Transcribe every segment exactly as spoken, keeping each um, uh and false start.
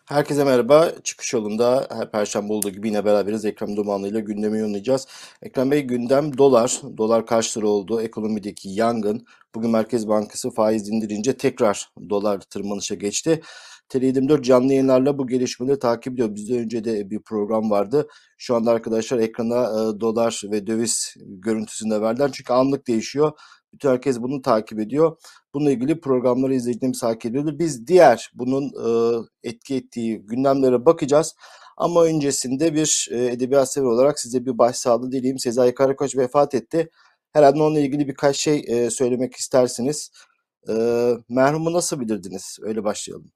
Herkese merhaba. Çıkış yolunda her perşembe olduğu gibi yine beraberiz. Ekrem Dumanlı ile gündemi yorumlayacağız. Ekrem Bey, gündem dolar. Dolar kaç lira oldu? Ekonomideki yangın. Bugün Merkez Bankası faiz indirince tekrar dolar tırmanışa geçti. T R yirmi dört canlı yayınlarla bu gelişmeleri takip ediyor. Bizden önce de bir program vardı. Şu anda arkadaşlar ekrana e, dolar ve döviz görüntüsünü de verdiler. Çünkü anlık değişiyor. Bütün herkes bunu takip ediyor. Bununla ilgili programları izleyicilerimiz takip ediyordur. Biz diğer bunun e, etki ettiği gündemlere bakacağız. Ama öncesinde bir e, edebiyat sever olarak size bir başsağlığı dileyim. Sezai Karakoç vefat etti. Herhalde onunla ilgili birkaç şey e, söylemek istersiniz. E, merhumu nasıl bilirdiniz? Öyle başlayalım.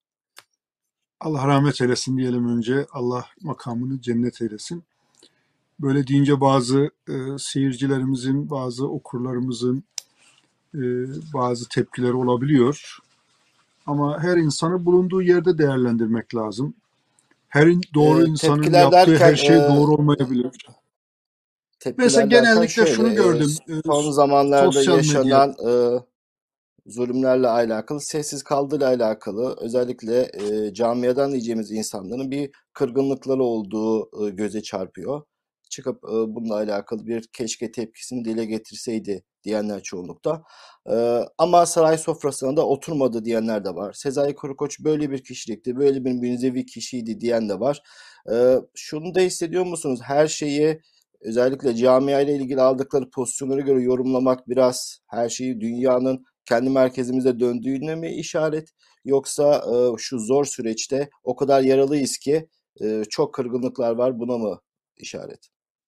Allah rahmet eylesin diyelim önce. Allah makamını cennet eylesin. Böyle deyince bazı e, seyircilerimizin, bazı okurlarımızın e, bazı tepkileri olabiliyor. Ama her insanı bulunduğu yerde değerlendirmek lazım. Her in- doğru E, insanın tepkiler yaptığı her derken şey e, doğru olmayabilir. Mesela tepkiler derken genellikle şöyle şunu e, gördüm. e, son zamanlarda Sosyal medya. yaşanan e, zulümlerle alakalı, sessiz kaldığıyla alakalı, özellikle e, camiadan diyeceğimiz insanların bir kırgınlıkları olduğu e, göze çarpıyor. Çıkıp e, bununla alakalı bir keşke tepkisini dile getirseydi diyenler çoğunlukta. E, ama saray sofrasına da oturmadı diyenler de var. Sezai Karakoç böyle bir kişilikti, böyle bir münzevi kişiydi diyen de var. E, şunu da hissediyor musunuz? Her şeyi özellikle camia ile ilgili aldıkları pozisyonlara göre yorumlamak biraz her şeyi dünyanın kendi merkezimize döndüğüne mi işaret, yoksa e, şu zor süreçte o kadar yaralıyız ki e, çok kırgınlıklar var, buna mı işaret?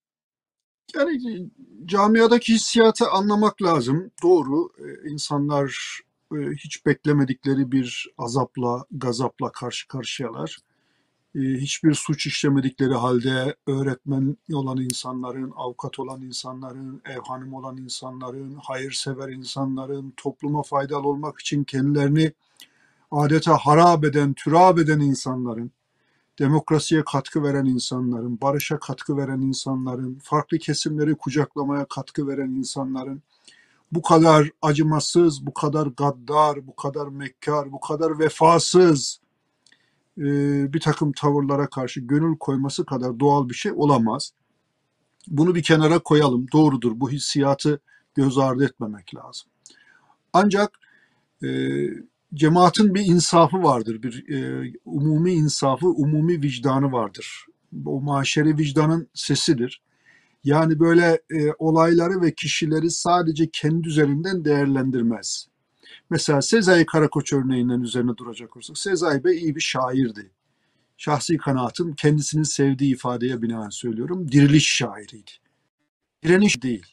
Yani camiadaki hissiyatı anlamak lazım. Doğru. e, insanlar e, hiç beklemedikleri bir azapla, gazapla karşı karşıyalar. E, hiçbir suç işlemedikleri halde öğretmen olan insanların, avukat olan insanların, ev hanım olan insanların, hayırsever insanların, topluma faydalı olmak için kendilerini adeta harap eden, türap eden insanların, demokrasiye katkı veren insanların, barışa katkı veren insanların, farklı kesimleri kucaklamaya katkı veren insanların, bu kadar acımasız, bu kadar gaddar, bu kadar mekkar, bu kadar vefasız e, bir takım tavırlara karşı gönül koyması kadar doğal bir şey olamaz. Bunu bir kenara koyalım. Doğrudur. Bu hissiyatı göz ardı etmemek lazım. Ancak e, cemaatin bir insafı vardır. Bir e, umumi insafı, umumi vicdanı vardır. O maşeri vicdanın sesidir. Yani böyle e, olayları ve kişileri sadece kendi üzerinden değerlendirmez. Mesela Sezai Karakoç örneğinden üzerine duracak olursak, Sezai Bey iyi bir şairdi. Şahsi kanaatim, kendisinin sevdiği ifadeye binaen söylüyorum, diriliş şairiydi. Direniş değil.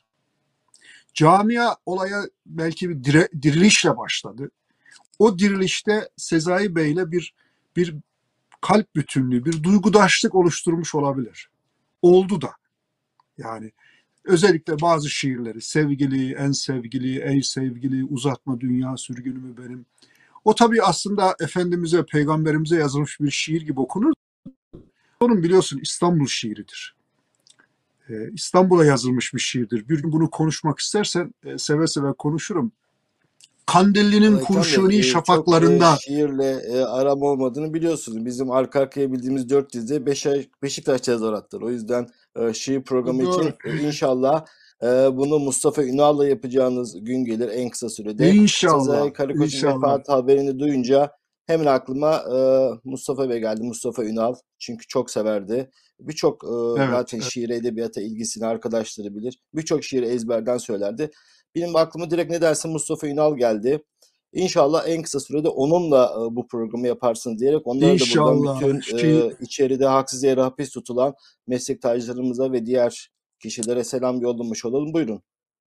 Camia olaya belki bir dire, dirilişle başladı. O dirilişte Sezai Bey'le bir bir kalp bütünlüğü, bir duygudaşlık oluşturmuş olabilir. Oldu da. Yani özellikle bazı şiirleri, sevgili, en sevgili, ey sevgili, uzatma dünya sürgünümü benim. O tabii aslında Efendimiz'e, Peygamberimize yazılmış bir şiir gibi okunur. Onun biliyorsun İstanbul şiiridir. Ee, İstanbul'a yazılmış bir şiirdir. Bir gün bunu konuşmak istersen e, seve seve konuşurum. Kandilli'nin Ama Ekrem kurşuni Bey, e, çok e, şafaklarında. şiirle e, aram olmadığını biliyorsunuz. Bizim arka arkaya bildiğimiz dört dizi Beşer, Beşiktaş tezahüratları. O yüzden e, şiir programı Doğru. için e, inşallah e, bunu Mustafa Ünal'la yapacağınız gün gelir en kısa sürede. İnşallah, Sezai Karakoç'un inşallah. vefatı haberini duyunca hemen aklıma e, Mustafa Bey geldi. Mustafa Ünal. Çünkü çok severdi. Birçok e, Evet, zaten evet. şiire, edebiyata ilgisini arkadaşları bilir. Birçok şiiri ezberden söylerdi. Benim aklıma direkt ne dersin Mustafa Ünal geldi. İnşallah en kısa sürede onunla e, bu programı yaparsınız diyerek onlara da buradan İnşallah. bütün Şey, e, içeride haksız yere hapis tutulan meslektaşlarımıza ve diğer kişilere selam yollamış olalım. Buyurun.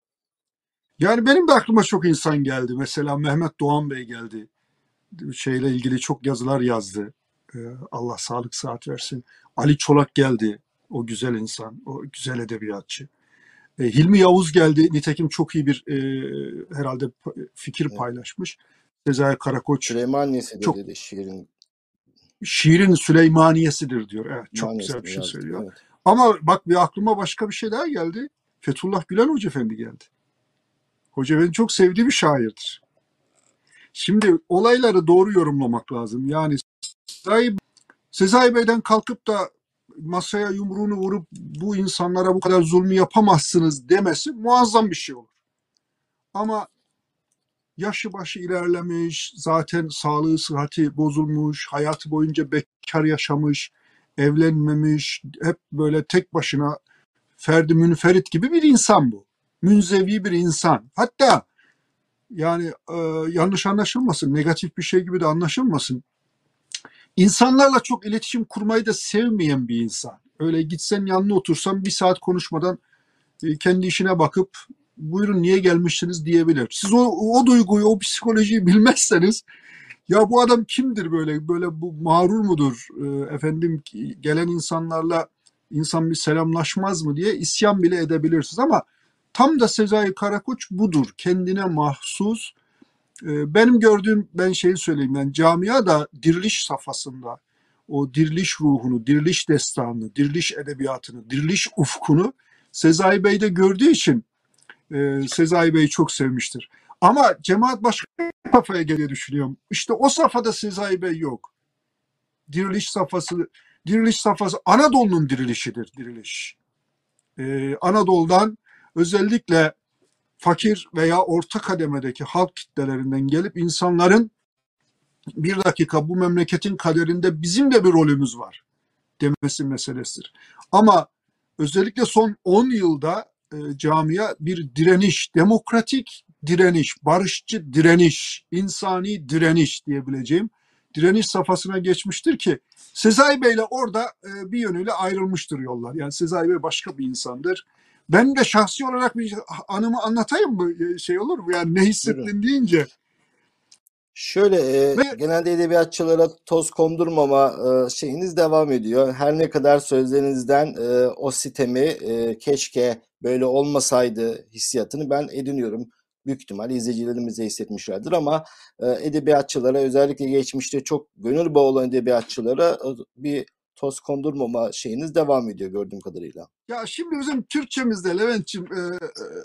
yani benim de aklıma çok insan geldi. Mesela Mehmet Doğan Bey geldi. Şeyle ilgili çok yazılar yazdı. Ee, Allah sağlık sıhhat versin. Ali Çolak geldi. O güzel insan, o güzel edebiyatçı. E, Hilmi Yavuz geldi. Nitekim çok iyi bir e, herhalde pa- fikir Evet. paylaşmış. Sezai Karakoç Süleymaniyesi çok dedi şiirin şiirin Süleymaniyesidir diyor. Evet, çok güzel bir maniyesini şey yazdı. söylüyor. Evet. Ama bak bir aklıma başka bir şey daha geldi. Fethullah Gülen Hoca Efendi geldi. Hoca Efendi çok sevdiği bir şairdir. Şimdi olayları doğru yorumlamak lazım. Yani Sezai Sezai Bey'den kalkıp da masaya yumruğunu vurup bu insanlara bu kadar zulmü yapamazsınız demesi muazzam bir şey olur. Ama yaşı başı ilerlemiş, zaten sağlığı, sıhhati bozulmuş, hayatı boyunca bekar yaşamış, evlenmemiş, hep böyle tek başına ferdi münferit gibi bir insan bu. Münzevi bir insan. Hatta yani e, yanlış anlaşılmasın, negatif bir şey gibi de anlaşılmasın. İnsanlarla çok iletişim kurmayı da sevmeyen bir insan. Öyle gitsen yanına otursan bir saat konuşmadan e, kendi işine bakıp buyurun niye gelmişsiniz diyebilir. Siz o, o duyguyu, o psikolojiyi bilmezseniz ya bu adam kimdir böyle, böyle bu mağrur mudur, e, efendim gelen insanlarla insan bir selamlaşmaz mı diye isyan bile edebilirsiniz. Ama tam da Sezai Karakoç budur. Kendine mahsus. E, benim gördüğüm, ben şeyi söyleyeyim, yani camia da diriliş safhasında o diriliş ruhunu, diriliş destanını, diriliş edebiyatını, diriliş ufkunu Sezai Bey'de gördüğü için e, Sezai Bey'i çok sevmiştir. Ama cemaat başka bir safhaya geliyor düşünüyorum. İşte o safhada Sezai Bey yok. Diriliş safhası, diriliş safhası Anadolu'nun dirilişidir, diriliş. Ee, Anadolu'dan özellikle fakir veya orta kademedeki halk kitlelerinden gelip insanların bir dakika bu memleketin kaderinde bizim de bir rolümüz var demesi meselesidir. Ama özellikle son on yılda e, camia bir direniş, demokratik direniş, barışçı direniş, insani direniş diyebileceğim direniş safhasına geçmiştir ki Sezai Bey'le orada e, bir yönüyle ayrılmıştır yollar. Yani Sezai Bey başka bir insandır. Ben de şahsi olarak bir anımı anlatayım mı? E, Şey olur mu? Yani ne Buyurun. hissettin deyince. Şöyle e, Ve genelde edebiyatçılara toz kondurmama e, şeyiniz devam ediyor. Her ne kadar sözlerinizden e, o sitemi e, keşke böyle olmasaydı hissiyatını ben ediniyorum. Büyük ihtimal izleyicilerimiz de hissetmişlerdir ama e, edebiyatçılara özellikle geçmişte çok gönül bağı olan edebiyatçılara e, bir toz kondurmama şeyiniz devam ediyor gördüğüm kadarıyla. ya şimdi bizim Türkçemizde Levent'ciğim e, e,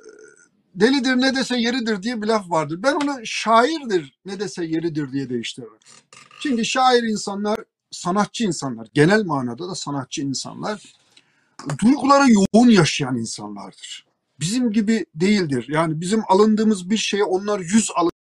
delidir ne dese yeridir diye bir laf vardır. Ben onu şairdir ne dese yeridir diye değiştiririm. Çünkü şair insanlar, sanatçı insanlar, genel manada da sanatçı insanlar, duyguları yoğun yaşayan insanlardır. Bizim gibi değildir. Yani bizim alındığımız bir şeye onlar yüz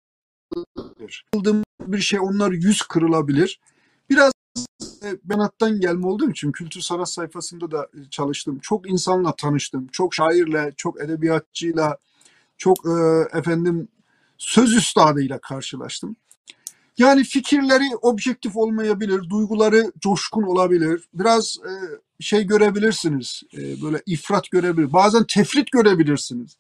alınır. Alındığımız bir şey onlar yüz kırılabilir. Biraz e, Benat'tan gelme olduğum için kültür sanat sayfasında da çalıştım. Çok insanla tanıştım. Çok şairle, çok edebiyatçıyla, çok e, efendim söz üstadıyla karşılaştım. Yani fikirleri objektif olmayabilir, duyguları coşkun olabilir. Biraz e, şey görebilirsiniz, e, böyle ifrat görebilir. Bazen tefrit görebilirsiniz.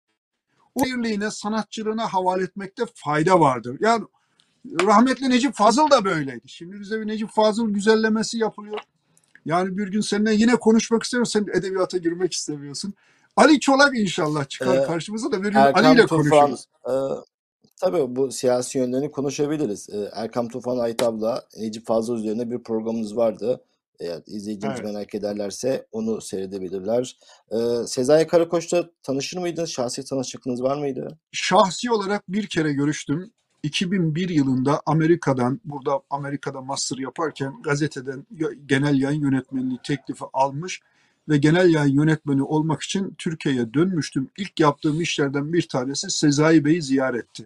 O birliğine, sanatçılığına havale etmekte fayda vardır. Yani rahmetli Necip Fazıl da böyleydi. Şimdi bize bir Necip Fazıl güzellemesi yapılıyor. Yani bir gün seninle yine konuşmak istiyorum. Sen edebiyata girmek istemiyorsun. Ali Çolak inşallah çıkar E, karşımıza da bir gün Ali Erkam ile Tufan konuşuruz. e, tabii bu siyasi yönlerini konuşabiliriz. Ee, Erkam Tufan Aytab'la Necip Fazıl üzerine bir programımız vardı. Eğer izleyicilerimiz Evet. merak ederlerse onu seyredebilirler. Ee, Sezai Karakoç'la tanışır mıydınız? Şahsi tanışıklığınız var mıydı? Şahsi olarak bir kere görüştüm. iki bin bir yılında Amerika'dan, burada Amerika'da master yaparken gazeteden genel yayın yönetmenliği teklifi almış ve genel yayın yönetmeni olmak için Türkiye'ye dönmüştüm. İlk yaptığım işlerden bir tanesi Sezai Bey'i ziyaretti.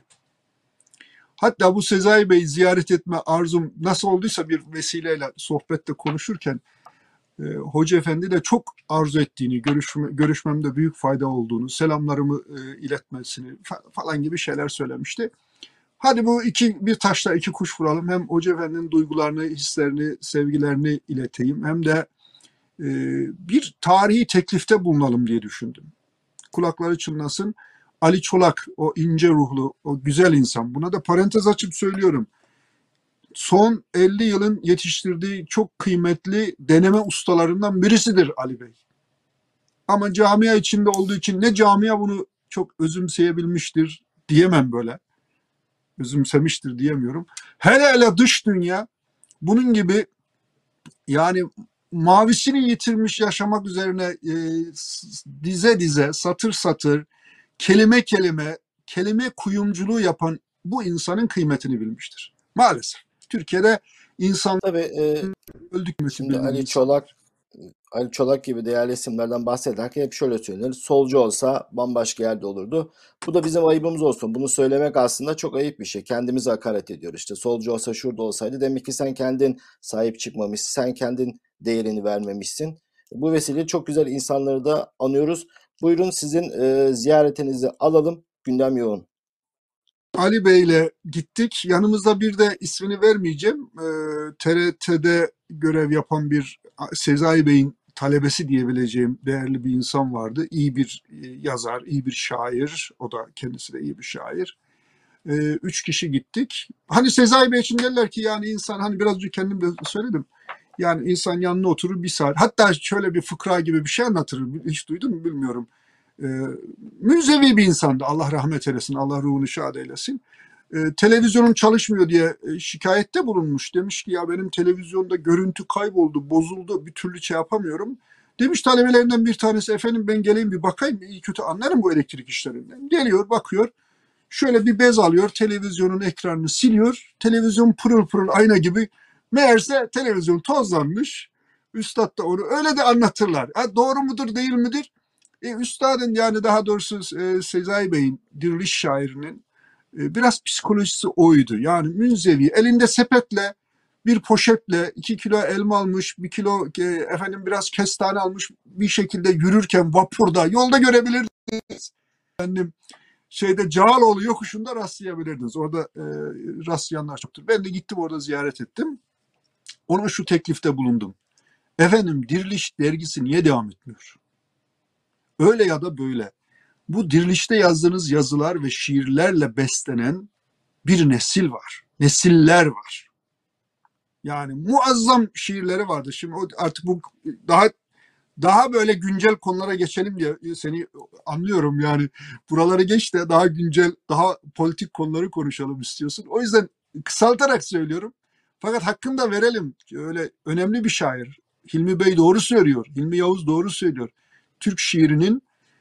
Hatta bu Sezai Bey'i ziyaret etme arzum nasıl olduysa bir vesileyle sohbette konuşurken e, Hoca Efendi de çok arzu ettiğini, görüşme, görüşmemde büyük fayda olduğunu, selamlarımı e, iletmesini fa- falan gibi şeyler söylemişti. Hadi bu iki bir taşla iki kuş vuralım. Hem Hoca Efendi'nin duygularını, hislerini, sevgilerini ileteyim. Hem de e, bir tarihi teklifte bulunalım diye düşündüm. Kulakları çınlasın. Ali Çolak, o ince ruhlu, o güzel insan. Buna da parantez açıp söylüyorum. Son elli yılın yetiştirdiği çok kıymetli deneme ustalarından birisidir Ali Bey. Ama camia içinde olduğu için ne camia bunu çok özümseyebilmiştir diyemem böyle. Özümsemiştir diyemiyorum. Hele hele dış dünya bunun gibi, yani mavisini yitirmiş yaşamak üzerine e, dize dize, satır satır, kelime kelime, kelime kuyumculuğu yapan bu insanın kıymetini bilmiştir. Maalesef. Türkiye'de İnsan Tabii e, öldükmesi şimdi Ali bilmemiz. Çolak Ali Çolak gibi değerli isimlerden bahsederken hep şöyle söylenir. Solcu olsa bambaşka yerde olurdu. Bu da bizim ayıbımız olsun. Bunu söylemek aslında çok ayıp bir şey. Kendimize hakaret ediyoruz. İşte solcu olsa şurada olsaydı demek ki sen kendin sahip çıkmamışsın. Sen kendin değerini vermemişsin. Bu vesileyle çok güzel insanları da anıyoruz. Buyurun sizin e, ziyaretinizi alalım. Gündem yoğun. Ali Bey'le gittik. Yanımızda bir de ismini vermeyeceğim. Ee, T R T'de görev yapan bir Sezai Bey'in talebesi diyebileceğim değerli bir insan vardı. İyi bir e, yazar, iyi bir şair. O da kendisi de iyi bir şair. Ee, üç kişi gittik. Hani Sezai Bey için derler ki yani insan hani biraz önce kendim de söyledim. Yani insan yanına oturur bir saat. Hatta şöyle bir fıkra gibi bir şey anlatır. Hiç duydun mu bilmiyorum. Ee, Münzevi bir insandı. Allah rahmet eylesin. Allah ruhunu şad eylesin. Ee, televizyonum çalışmıyor diye e, şikayette bulunmuş. Demiş ki ya benim televizyonda görüntü kayboldu, bozuldu. Bir türlü şey yapamıyorum. Demiş talebelerinden bir tanesi efendim ben geleyim bir bakayım. İyi kötü anlarım bu elektrik işlerinden. Geliyor bakıyor. Şöyle bir bez alıyor, televizyonun ekranını siliyor. Televizyon pırıl pırıl ayna gibi. Meğerse televizyon tozlanmış. Üstad da onu öyle de anlatırlar. Ha, doğru mudur değil midir? E, üstadın yani daha doğrusu e, Sezai Bey'in diriliş şairinin e, biraz psikolojisi oydu. Yani münzevi elinde sepetle bir poşetle iki kilo elma almış, bir kilo e, efendim biraz kestane almış bir şekilde yürürken vapurda yolda görebilirdiniz. Efendim şeyde Cağaloğlu yokuşunda rastlayabilirdiniz. Orada e, rastlayanlar çoktur. Ben de gittim orada ziyaret ettim. Ona şu teklifte bulundum. Efendim Diriliş dergisi niye devam etmiyor? Öyle ya da böyle. Bu Diriliş'te yazdığınız yazılar ve şiirlerle beslenen bir nesil var. Nesiller var. Yani muazzam şiirleri vardı. Şimdi artık bu daha daha böyle güncel konulara geçelim diye seni anlıyorum yani. Buraları geç de daha güncel, daha politik konuları konuşalım istiyorsun. O yüzden kısaltarak söylüyorum. Fakat hakkını da verelim. Öyle önemli bir şair. Hilmi Bey doğru söylüyor. Hilmi Yavuz doğru söylüyor. Türk şiirinin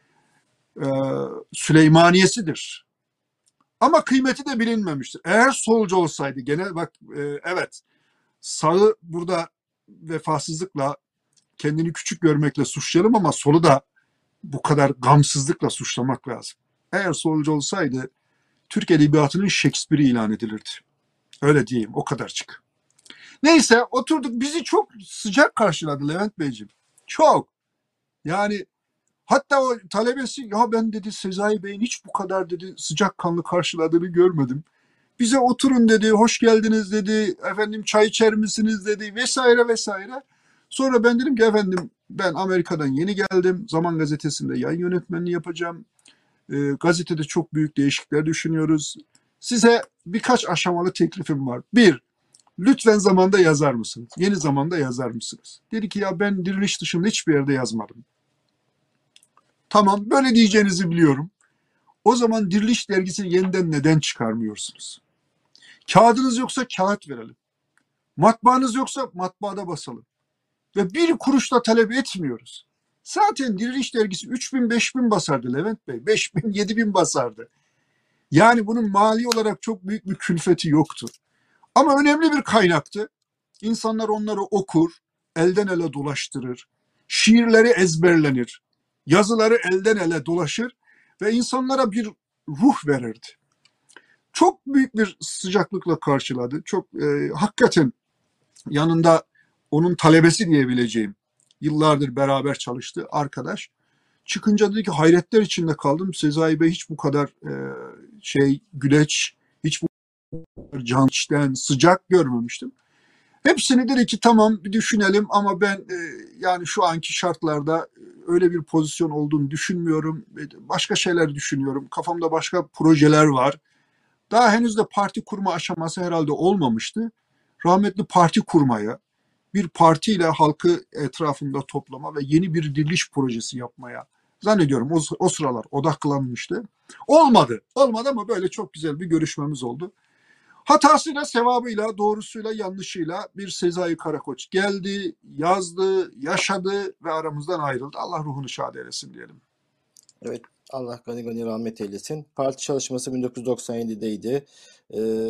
e, Süleymaniyesidir. Ama kıymeti de bilinmemiştir. Eğer solcu olsaydı gene bak e, evet sağı burada vefasızlıkla kendini küçük görmekle suçlayalım ama solu da bu kadar gamsızlıkla suçlamak lazım. Eğer solcu olsaydı Türk Edebiyatı'nın Shakespeare'i ilan edilirdi. Öyle diyeyim o kadarcık. Neyse oturduk bizi çok sıcak karşıladı Levent Beyciğim. Çok. Yani hatta o talebesi ya ben dedi Sezai Bey'in hiç bu kadar dedi sıcakkanlı karşıladığını görmedim. Bize oturun dedi, hoş geldiniz dedi, efendim çay içer misiniz dedi vesaire vesaire. Sonra ben dedim ki efendim ben Amerika'dan yeni geldim. Zaman Gazetesi'nde yayın yönetmenliği yapacağım. E, gazetede çok büyük değişiklikler düşünüyoruz. Size birkaç aşamalı teklifim var. Bir, lütfen zamanda yazar mısınız? Yeni zamanda yazar mısınız? Dedi ki ya ben Diriliş dışında hiçbir yerde yazmadım. Tamam böyle diyeceğinizi biliyorum. O zaman Diriliş dergisini yeniden neden çıkarmıyorsunuz? Kağıdınız yoksa kağıt verelim. Matbaanız yoksa matbaada basalım. Ve bir kuruş da talep etmiyoruz. Zaten Diriliş dergisi üç bin beş bin basardı Levent Bey. beş bin yedi bin basardı. Yani bunun mali olarak çok büyük bir külfeti yoktu. Ama önemli bir kaynaktı. İnsanlar onları okur, elden ele dolaştırır. Şiirleri ezberlenir. Yazıları elden ele dolaşır ve insanlara bir ruh verirdi. Çok büyük bir sıcaklıkla karşıladı. Çok e, hakikaten yanında onun talebesi diyebileceğim yıllardır beraber çalıştı arkadaş. Çıkınca dedi ki hayretler içinde kaldım. Sezai Bey hiç bu kadar e, şey güleç, hiç bu kadar cançten sıcak görmemiştim. Hepsini dedi ki tamam bir düşünelim ama ben e, yani şu anki şartlarda öyle bir pozisyon olduğunu düşünmüyorum. Başka şeyler düşünüyorum. Kafamda başka projeler var. Daha henüz de parti kurma aşaması herhalde olmamıştı. Rahmetli parti kurmaya, bir partiyle halkı etrafında toplama ve yeni bir diriliş projesi yapmaya zannediyorum o, o sıralar odaklanmıştı. Olmadı. Olmadı ama böyle çok güzel bir görüşmemiz oldu. Hatasıyla, sevabıyla, doğrusuyla, yanlışıyla bir Sezai Karakoç geldi, yazdı, yaşadı ve aramızdan ayrıldı. Allah ruhunu şad eylesin diyelim. Evet, Allah gani gani rahmet eylesin. Parti çalışması bin dokuz yüz doksan yedideydi. Ee,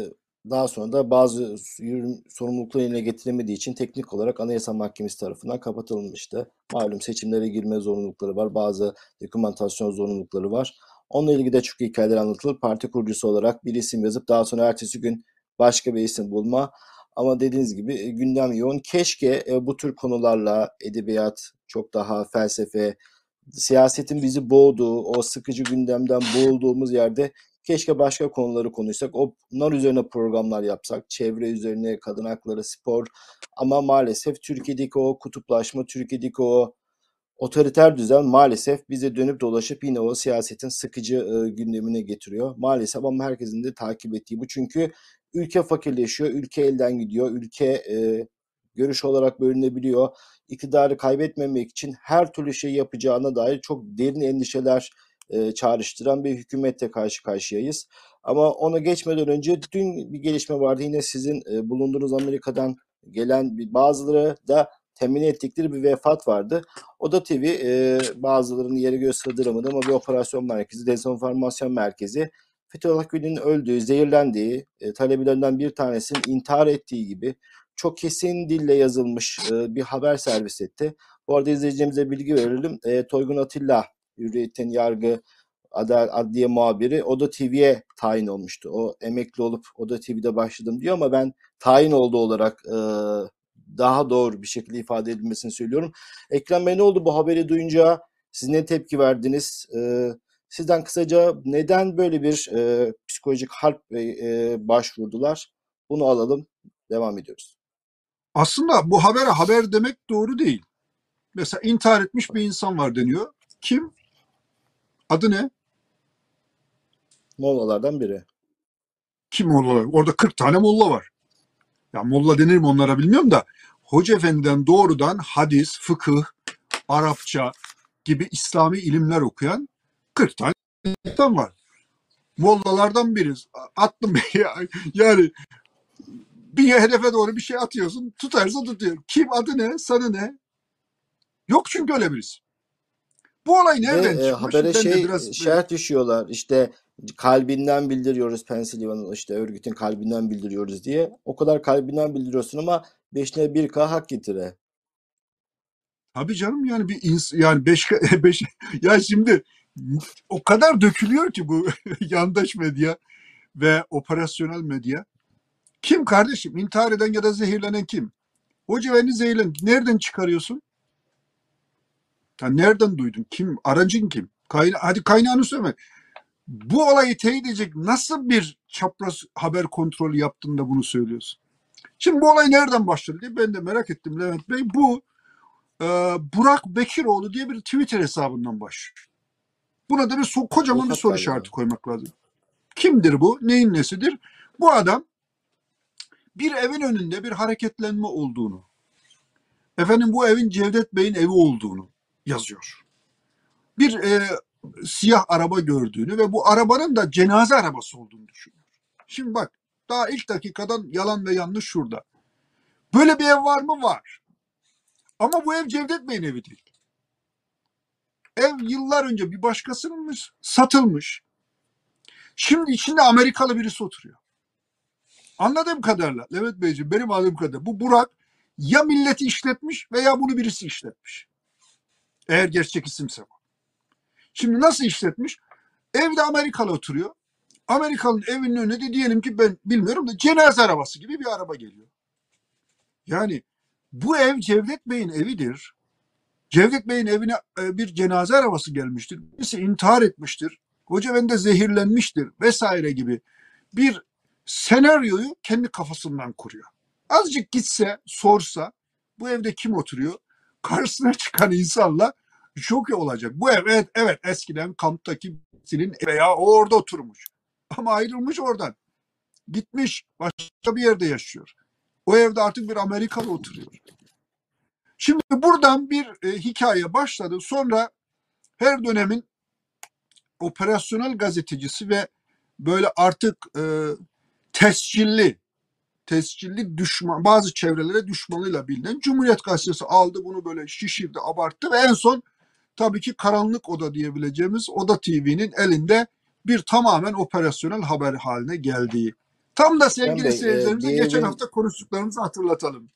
Daha sonra da bazı yürüm, sorumlulukları yerine getiremediği için teknik olarak Anayasa Mahkemesi tarafından kapatılmıştı. Malum seçimlere girme zorunlulukları var, bazı dokümantasyon zorunlulukları var. Onunla ilgili de çok hikayeler anlatılır. Parti kurucusu olarak bir isim yazıp daha sonra ertesi gün başka bir isim bulma. Ama dediğiniz gibi e, gündem yoğun. Keşke e, bu tür konularla edebiyat, çok daha felsefe, siyasetin bizi boğduğu, o sıkıcı gündemden boğulduğumuz yerde keşke başka konuları konuşsak. Onlar üzerine programlar yapsak. Çevre üzerine, kadın hakları, spor. Ama maalesef Türkiye'deki o kutuplaşma, Türkiye'deki o otoriter düzen maalesef bize dönüp dolaşıp yine o siyasetin sıkıcı e, gündemine getiriyor. Maalesef ama herkesin de takip ettiği bu. Çünkü ülke fakirleşiyor, ülke elden gidiyor, ülke e, görüş olarak bölünebiliyor. İktidarı kaybetmemek için her türlü şey yapacağına dair çok derin endişeler e, çağrıştıran bir hükümette karşı karşıyayız. Ama ona geçmeden önce dün bir gelişme vardı. Yine sizin e, bulunduğunuz Amerika'dan gelen bir, bazıları da temin ettikleri bir vefat vardı. Oda T V e, bazılarının yeri göğe sığdıramadı ama bir operasyon merkezi, dezenformasyon merkezi. Fethullah Gülen'in öldüğü, zehirlendiği, e, talebelerinden bir tanesinin intihar ettiği gibi çok kesin dille yazılmış e, bir haber servis etti. Bu arada izleyicilerimize bilgi verelim. E, Toygun Atilla, Hürriyet'in yargı Adel adliye muhabiri Oda T V'ye tayin olmuştu. O emekli olup Oda T V'de başladım diyor ama ben tayin oldu olarak e, daha doğru bir şekilde ifade edilmesini söylüyorum. Ekrem Bey ne oldu bu haberi duyunca? Siz ne tepki verdiniz? E, sizden kısaca neden böyle bir e, psikolojik harp e, başvurdular? Bunu alalım. Devam ediyoruz. Aslında bu habere haber demek doğru değil. Mesela intihar etmiş bir insan var deniyor. Kim? Adı ne? Mollalardan biri. Kim molla? Orada kırk tane molla var. Ya molla denir mi onlara bilmiyorum da Hoca Efendi'den doğrudan hadis, fıkıh, Arapça gibi İslami ilimler okuyan kırk tane insan var. Mollalardan biri. Attım ya. Yani bir hedefe doğru bir şey atıyorsun. Tutarsa tutuyor. Kim, adı ne? Sanı ne? Yok çünkü öyle birisi. Bu olay Ve nereden e, çıkıyor? Şimdi habere ben de şey biraz e, böyle, şerh düşüyorlar. İşte kalbinden bildiriyoruz Pennsylvania'nın işte örgütün kalbinden bildiriyoruz diye. O kadar kalbinden bildiriyorsun ama beşine bir K hak getire. tabii canım, yani bir ins yani beş, beş ya şimdi o kadar dökülüyor ki bu yandaş medya ve operasyonel medya. Kim kardeşim? İntihar eden ya da zehirlenen kim? Hoca beni zehirlen. Nereden çıkarıyorsun? Ya nereden duydun? Kim? Aracın kim? Kayna Hadi kaynağını söyle. Bu olayı teyit edecek nasıl bir çapraz haber kontrolü yaptın da bunu söylüyorsun? Şimdi bu olay nereden başladı diye ben de merak ettim Levent Bey. Bu e, Burak Bekiroğlu diye bir Twitter hesabından başlıyor. Buna da bir so kocaman bir Avukat soru galiba. işareti koymak lazım. Kimdir bu? Neyin nesidir? Bu adam bir evin önünde bir hareketlenme olduğunu, efendim bu evin Cevdet Bey'in evi olduğunu yazıyor. Bir e, siyah araba gördüğünü ve bu arabanın da cenaze arabası olduğunu düşünüyor. Şimdi bak, daha ilk dakikadan yalan ve yanlış şurada. Böyle bir ev var mı? Var. Ama bu ev Cevdet Bey'in evi değil. Ev yıllar önce bir başkasınınmış, satılmış. Şimdi içinde Amerikalı birisi oturuyor. Anladığım kadarıyla Levent Beyciğim, benim anladığım kadarıyla bu Burak ya milleti işletmiş veya bunu birisi işletmiş. Eğer gerçek isimse bu. Şimdi nasıl işletmiş? Evde Amerikalı oturuyor. Amerikalı'nın evinin önüne de diyelim ki, ben bilmiyorum da, cenaze arabası gibi bir araba geliyor. Yani bu ev Cevdet Bey'in evidir. Cevdet Bey'in evine e, bir cenaze arabası gelmiştir. Birisi intihar etmiştir. Hoca Efendi zehirlenmiştir vesaire gibi bir senaryoyu kendi kafasından kuruyor. Azıcık gitse, sorsa bu evde kim oturuyor? Karşısına çıkan insanla şok olacak. Bu ev, evet, evet, eskiden kamptaki birisinin veya o orada oturmuş. Ama ayrılmış oradan. Gitmiş, başka bir yerde yaşıyor. O evde artık bir Amerikalı oturuyor. Şimdi buradan bir e, hikaye başladı. Sonra her dönemin operasyonel gazetecisi ve böyle artık e, tescilli, tescilli düşman, bazı çevrelere düşmanıyla bilinen Cumhuriyet Gazetesi aldı bunu, böyle şişirdi, abarttı ve en son tabii ki Karanlık Oda diyebileceğimiz Oda T V'nin elinde bir tamamen operasyonel haber haline geldiği. Tam da Ekrem sevgili Bey, e, seyircilerimize bir geçen evin hafta konuştuklarımızı hatırlatalım.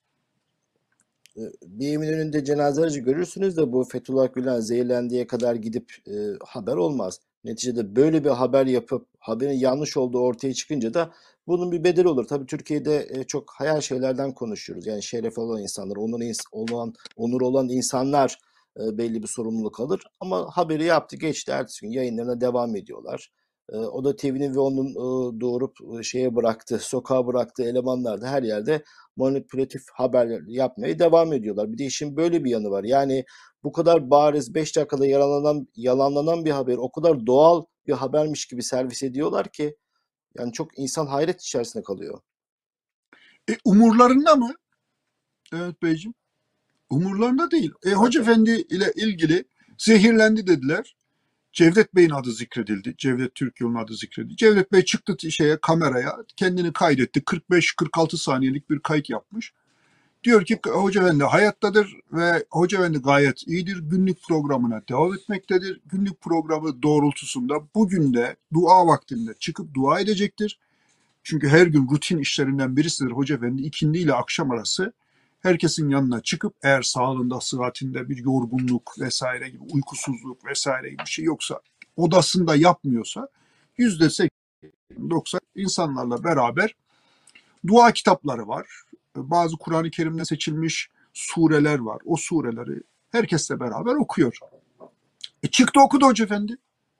e, bir evin önünde cenaze aracı görürsünüz de bu Fethullah Gülen zehirlendiğe kadar gidip e, haber olmaz. Neticede böyle bir haber yapıp haberin yanlış olduğu ortaya çıkınca da bunun bir bedeli olur. Tabii Türkiye'de e, çok hayal şeylerden konuşuyoruz. Yani şeref olan insanlar, onur ins- olan, onur olan insanlar e, belli bir sorumluluk alır. Ama haberi yaptı, geçti. Ertesi gün yayınlarına devam ediyorlar. E, o da T V'nin ve onun e, doğurup e, şeye bıraktığı, sokağa bıraktığı elemanlar da her yerde manipülatif haberler yapmaya devam ediyorlar. Bir de işin böyle bir yanı var. Yani bu kadar bariz beş dakikada yalanlanan, yalanlanan bir haber o kadar doğal bir habermiş gibi servis ediyorlar ki yani çok insan hayret içerisinde kalıyor. E, umurlarında mı? Evet beyciğim. Umurlarında değil. E, Hoca Zaten Efendi ile ilgili zehirlendi dediler. Cevdet Bey'in adı zikredildi. Cevdet Türkyol'un adı zikredildi. Cevdet Bey çıktı şeye, kameraya, kendini kaydetti. kırk beş kırk altı saniyelik bir kayıt yapmış. Diyor ki Hoca Efendi hayattadır ve Hoca Efendi gayet iyidir. Günlük programına devam etmektedir. Günlük programı doğrultusunda bugün de dua vaktinde çıkıp dua edecektir. Çünkü her gün rutin işlerinden birisidir Hoca Efendi. İkindi ile akşam arası herkesin yanına çıkıp eğer sağlığında, sıhhatinde bir yorgunluk vesaire gibi, uykusuzluk vesaire gibi bir şey yoksa, odasında yapmıyorsa yüzde seksen doksan insanlarla beraber dua kitapları var. Bazı Kur'an-ı Kerim'de seçilmiş sureler var. O sureleri herkesle beraber okuyor. E çıktı okudu Hoca Efendi.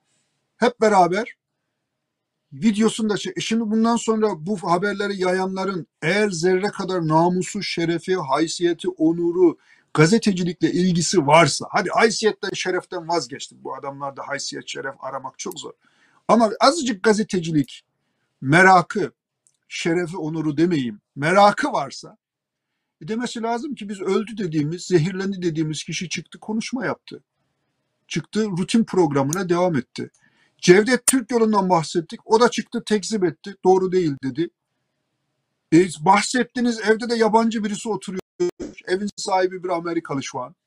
Hep beraber videosunu da çek. E şimdi bundan sonra bu haberleri yayanların eğer zerre kadar namusu, şerefi, haysiyeti, onuru, gazetecilikle ilgisi varsa, hadi haysiyetten, şereften vazgeçtim. Bu adamlarda haysiyet, şeref aramak çok zor. Ama azıcık gazetecilik, merakı, şerefi, onuru demeyeyim, merakı varsa e demesi lazım ki biz öldü dediğimiz, zehirlendi dediğimiz kişi çıktı, konuşma yaptı. Çıktı, rutin programına devam etti. Cevdet Türkyol'undan bahsettik. O da çıktı, tekzip etti. Doğru değil dedi. E, bahsettiğiniz evde de yabancı birisi oturuyor. Evin sahibi bir Amerikalı şu an.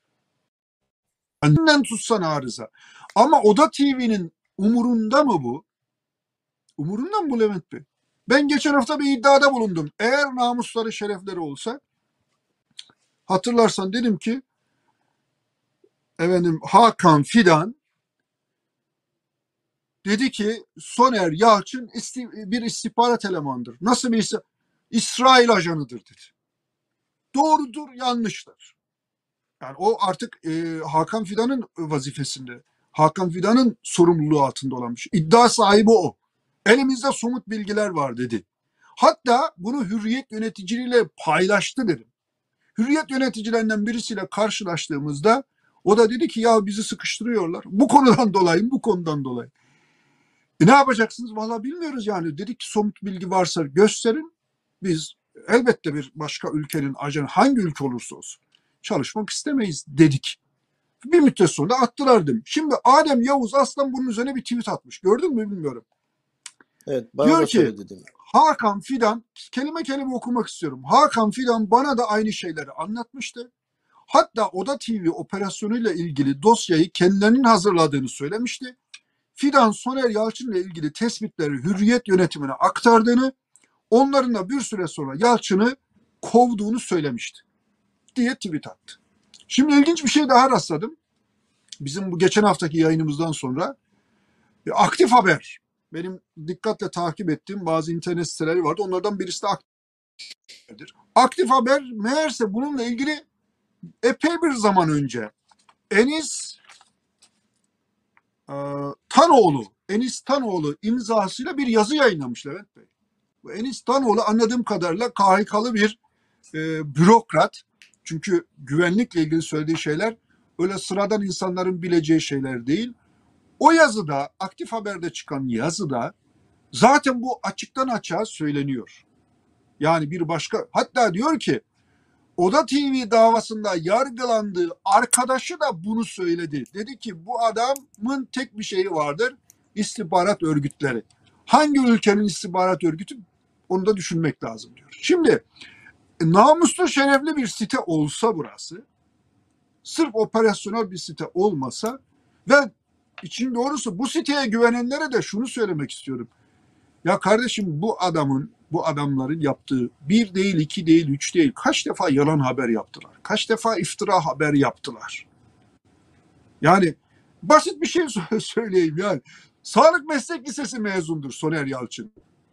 Annen tutsan arıza. Ama Oda T V'nin umurunda mı bu? Umurunda mı bu Levent Bey? Ben geçen hafta bir iddiada bulundum. Eğer namusları, şerefleri olsa, hatırlarsan dedim ki efendim Hakan Fidan dedi ki Soner Yalçın isti- bir istihbarat elemanıdır. Nasıl bir ise İsrail ajanıdır dedi. Doğrudur, yanlıştır. Yani o artık e, Hakan Fidan'ın vazifesinde. Hakan Fidan'ın sorumluluğu altında olan bir şey. İddia sahibi o. Elimizde somut bilgiler var dedi. Hatta bunu Hürriyet yöneticileriyle paylaştı dedim. Hürriyet yöneticilerinden birisiyle karşılaştığımızda o da dedi ki ya bizi sıkıştırıyorlar. Bu konudan dolayı, bu konudan dolayı. E ne yapacaksınız? Vallahi bilmiyoruz yani. Dedik ki somut bilgi varsa gösterin. Biz elbette bir başka ülkenin ajanı hangi ülke olursa olsun çalışmak istemeyiz dedik. Bir müddet sonra attılar dedim. Şimdi Adem Yavuz Aslan bunun üzerine bir tweet atmış. Gördün mü bilmiyorum. evet, bana Diyor da ki söyledi dedim. Hakan Fidan, kelime kelime okumak istiyorum. Hakan Fidan bana da aynı şeyleri anlatmıştı. Hatta Oda T V operasyonuyla ilgili dosyayı kendilerinin hazırladığını söylemişti. Fidan Soner Yalçın ile ilgili tespitleri Hürriyet yönetimine aktardığını, onların da bir süre sonra Yalçın'ı kovduğunu söylemişti diye tweet attı. Şimdi ilginç bir şey daha rastladım. Bizim bu geçen haftaki yayınımızdan sonra e, Aktif Haber. Benim dikkatle takip ettiğim bazı internet siteleri vardı. Onlardan birisi de Aktif Haber'dir. Aktif Haber meğerse bununla ilgili epey bir zaman önce Enis e, Tanoğlu, Enis Tanoğlu imzasıyla bir yazı yayınlamış Levent Bey. Bu Enis Tanoğlu anladığım kadarıyla K H K'lı bir e, bürokrat. Çünkü güvenlikle ilgili söylediği şeyler öyle sıradan insanların bileceği şeyler değil. O yazıda, Aktif Haber'de çıkan yazıda zaten bu açıktan açığa söyleniyor. Yani bir başka, hatta diyor ki Oda T V davasında yargılandığı arkadaşı da bunu söyledi. Dedi ki bu adamın tek bir şeyi vardır, istihbarat örgütleri. Hangi ülkenin istihbarat örgütü onu da düşünmek lazım diyor. Şimdi namuslu şerefli bir site olsa burası, sırf operasyonel bir site olmasa ve için doğrusu bu siteye güvenenlere de şunu söylemek istiyorum. Ya kardeşim bu adamın, bu adamların yaptığı bir değil, iki değil, üç değil. Kaç defa yalan haber yaptılar? Kaç defa iftira haber yaptılar? Yani basit bir şey söyleyeyim yani. Sağlık Meslek Lisesi mezundur Soner Yalçın.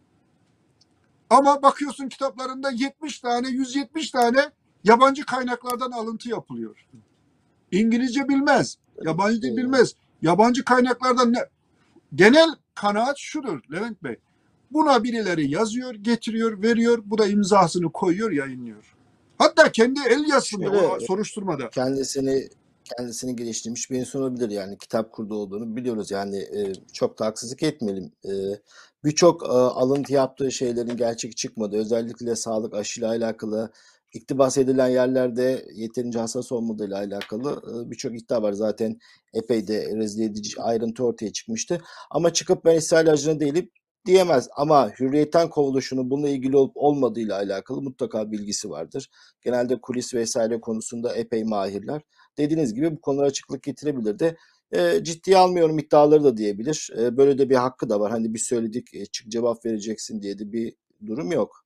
Ama bakıyorsun kitaplarında yetmiş tane, yüz yetmiş tane yabancı kaynaklardan alıntı yapılıyor. İngilizce bilmez, yabancı dil bilmez. Yabancı kaynaklardan ne? Genel kanaat şudur Levent Bey. Buna birileri yazıyor, getiriyor, veriyor. Bu da imzasını koyuyor, yayınlıyor. Hatta kendi el yazısında o Şöyle soruşturmada. kendisini kendisini geliştirmiş bir insan olabilir, yani kitap kurdu olduğunu biliyoruz, yani e, çok da haksızlık etmeyelim. E, birçok e, alıntı yaptığı şeylerin gerçek çıkmadı, özellikle sağlık aşıyla alakalı iktibas edilen yerlerde yeterince hassas olmadığıyla alakalı e, birçok iddia var, zaten epey de rezil edici ayrıntı ortaya çıkmıştı, ama çıkıp ben İsrail ajanı değilim diyemez, ama hürriyetten kovuluşunun bununla ilgili olup olmadığıyla alakalı mutlaka bilgisi vardır. Genelde kulis vesaire konusunda epey mahirler. Dediğiniz gibi bu konulara açıklık getirebilir de e, ciddiye almıyorum iddiaları da diyebilir. E, böyle de bir hakkı da var. Hani biz söyledik, e, çık cevap vereceksin diye de bir durum yok.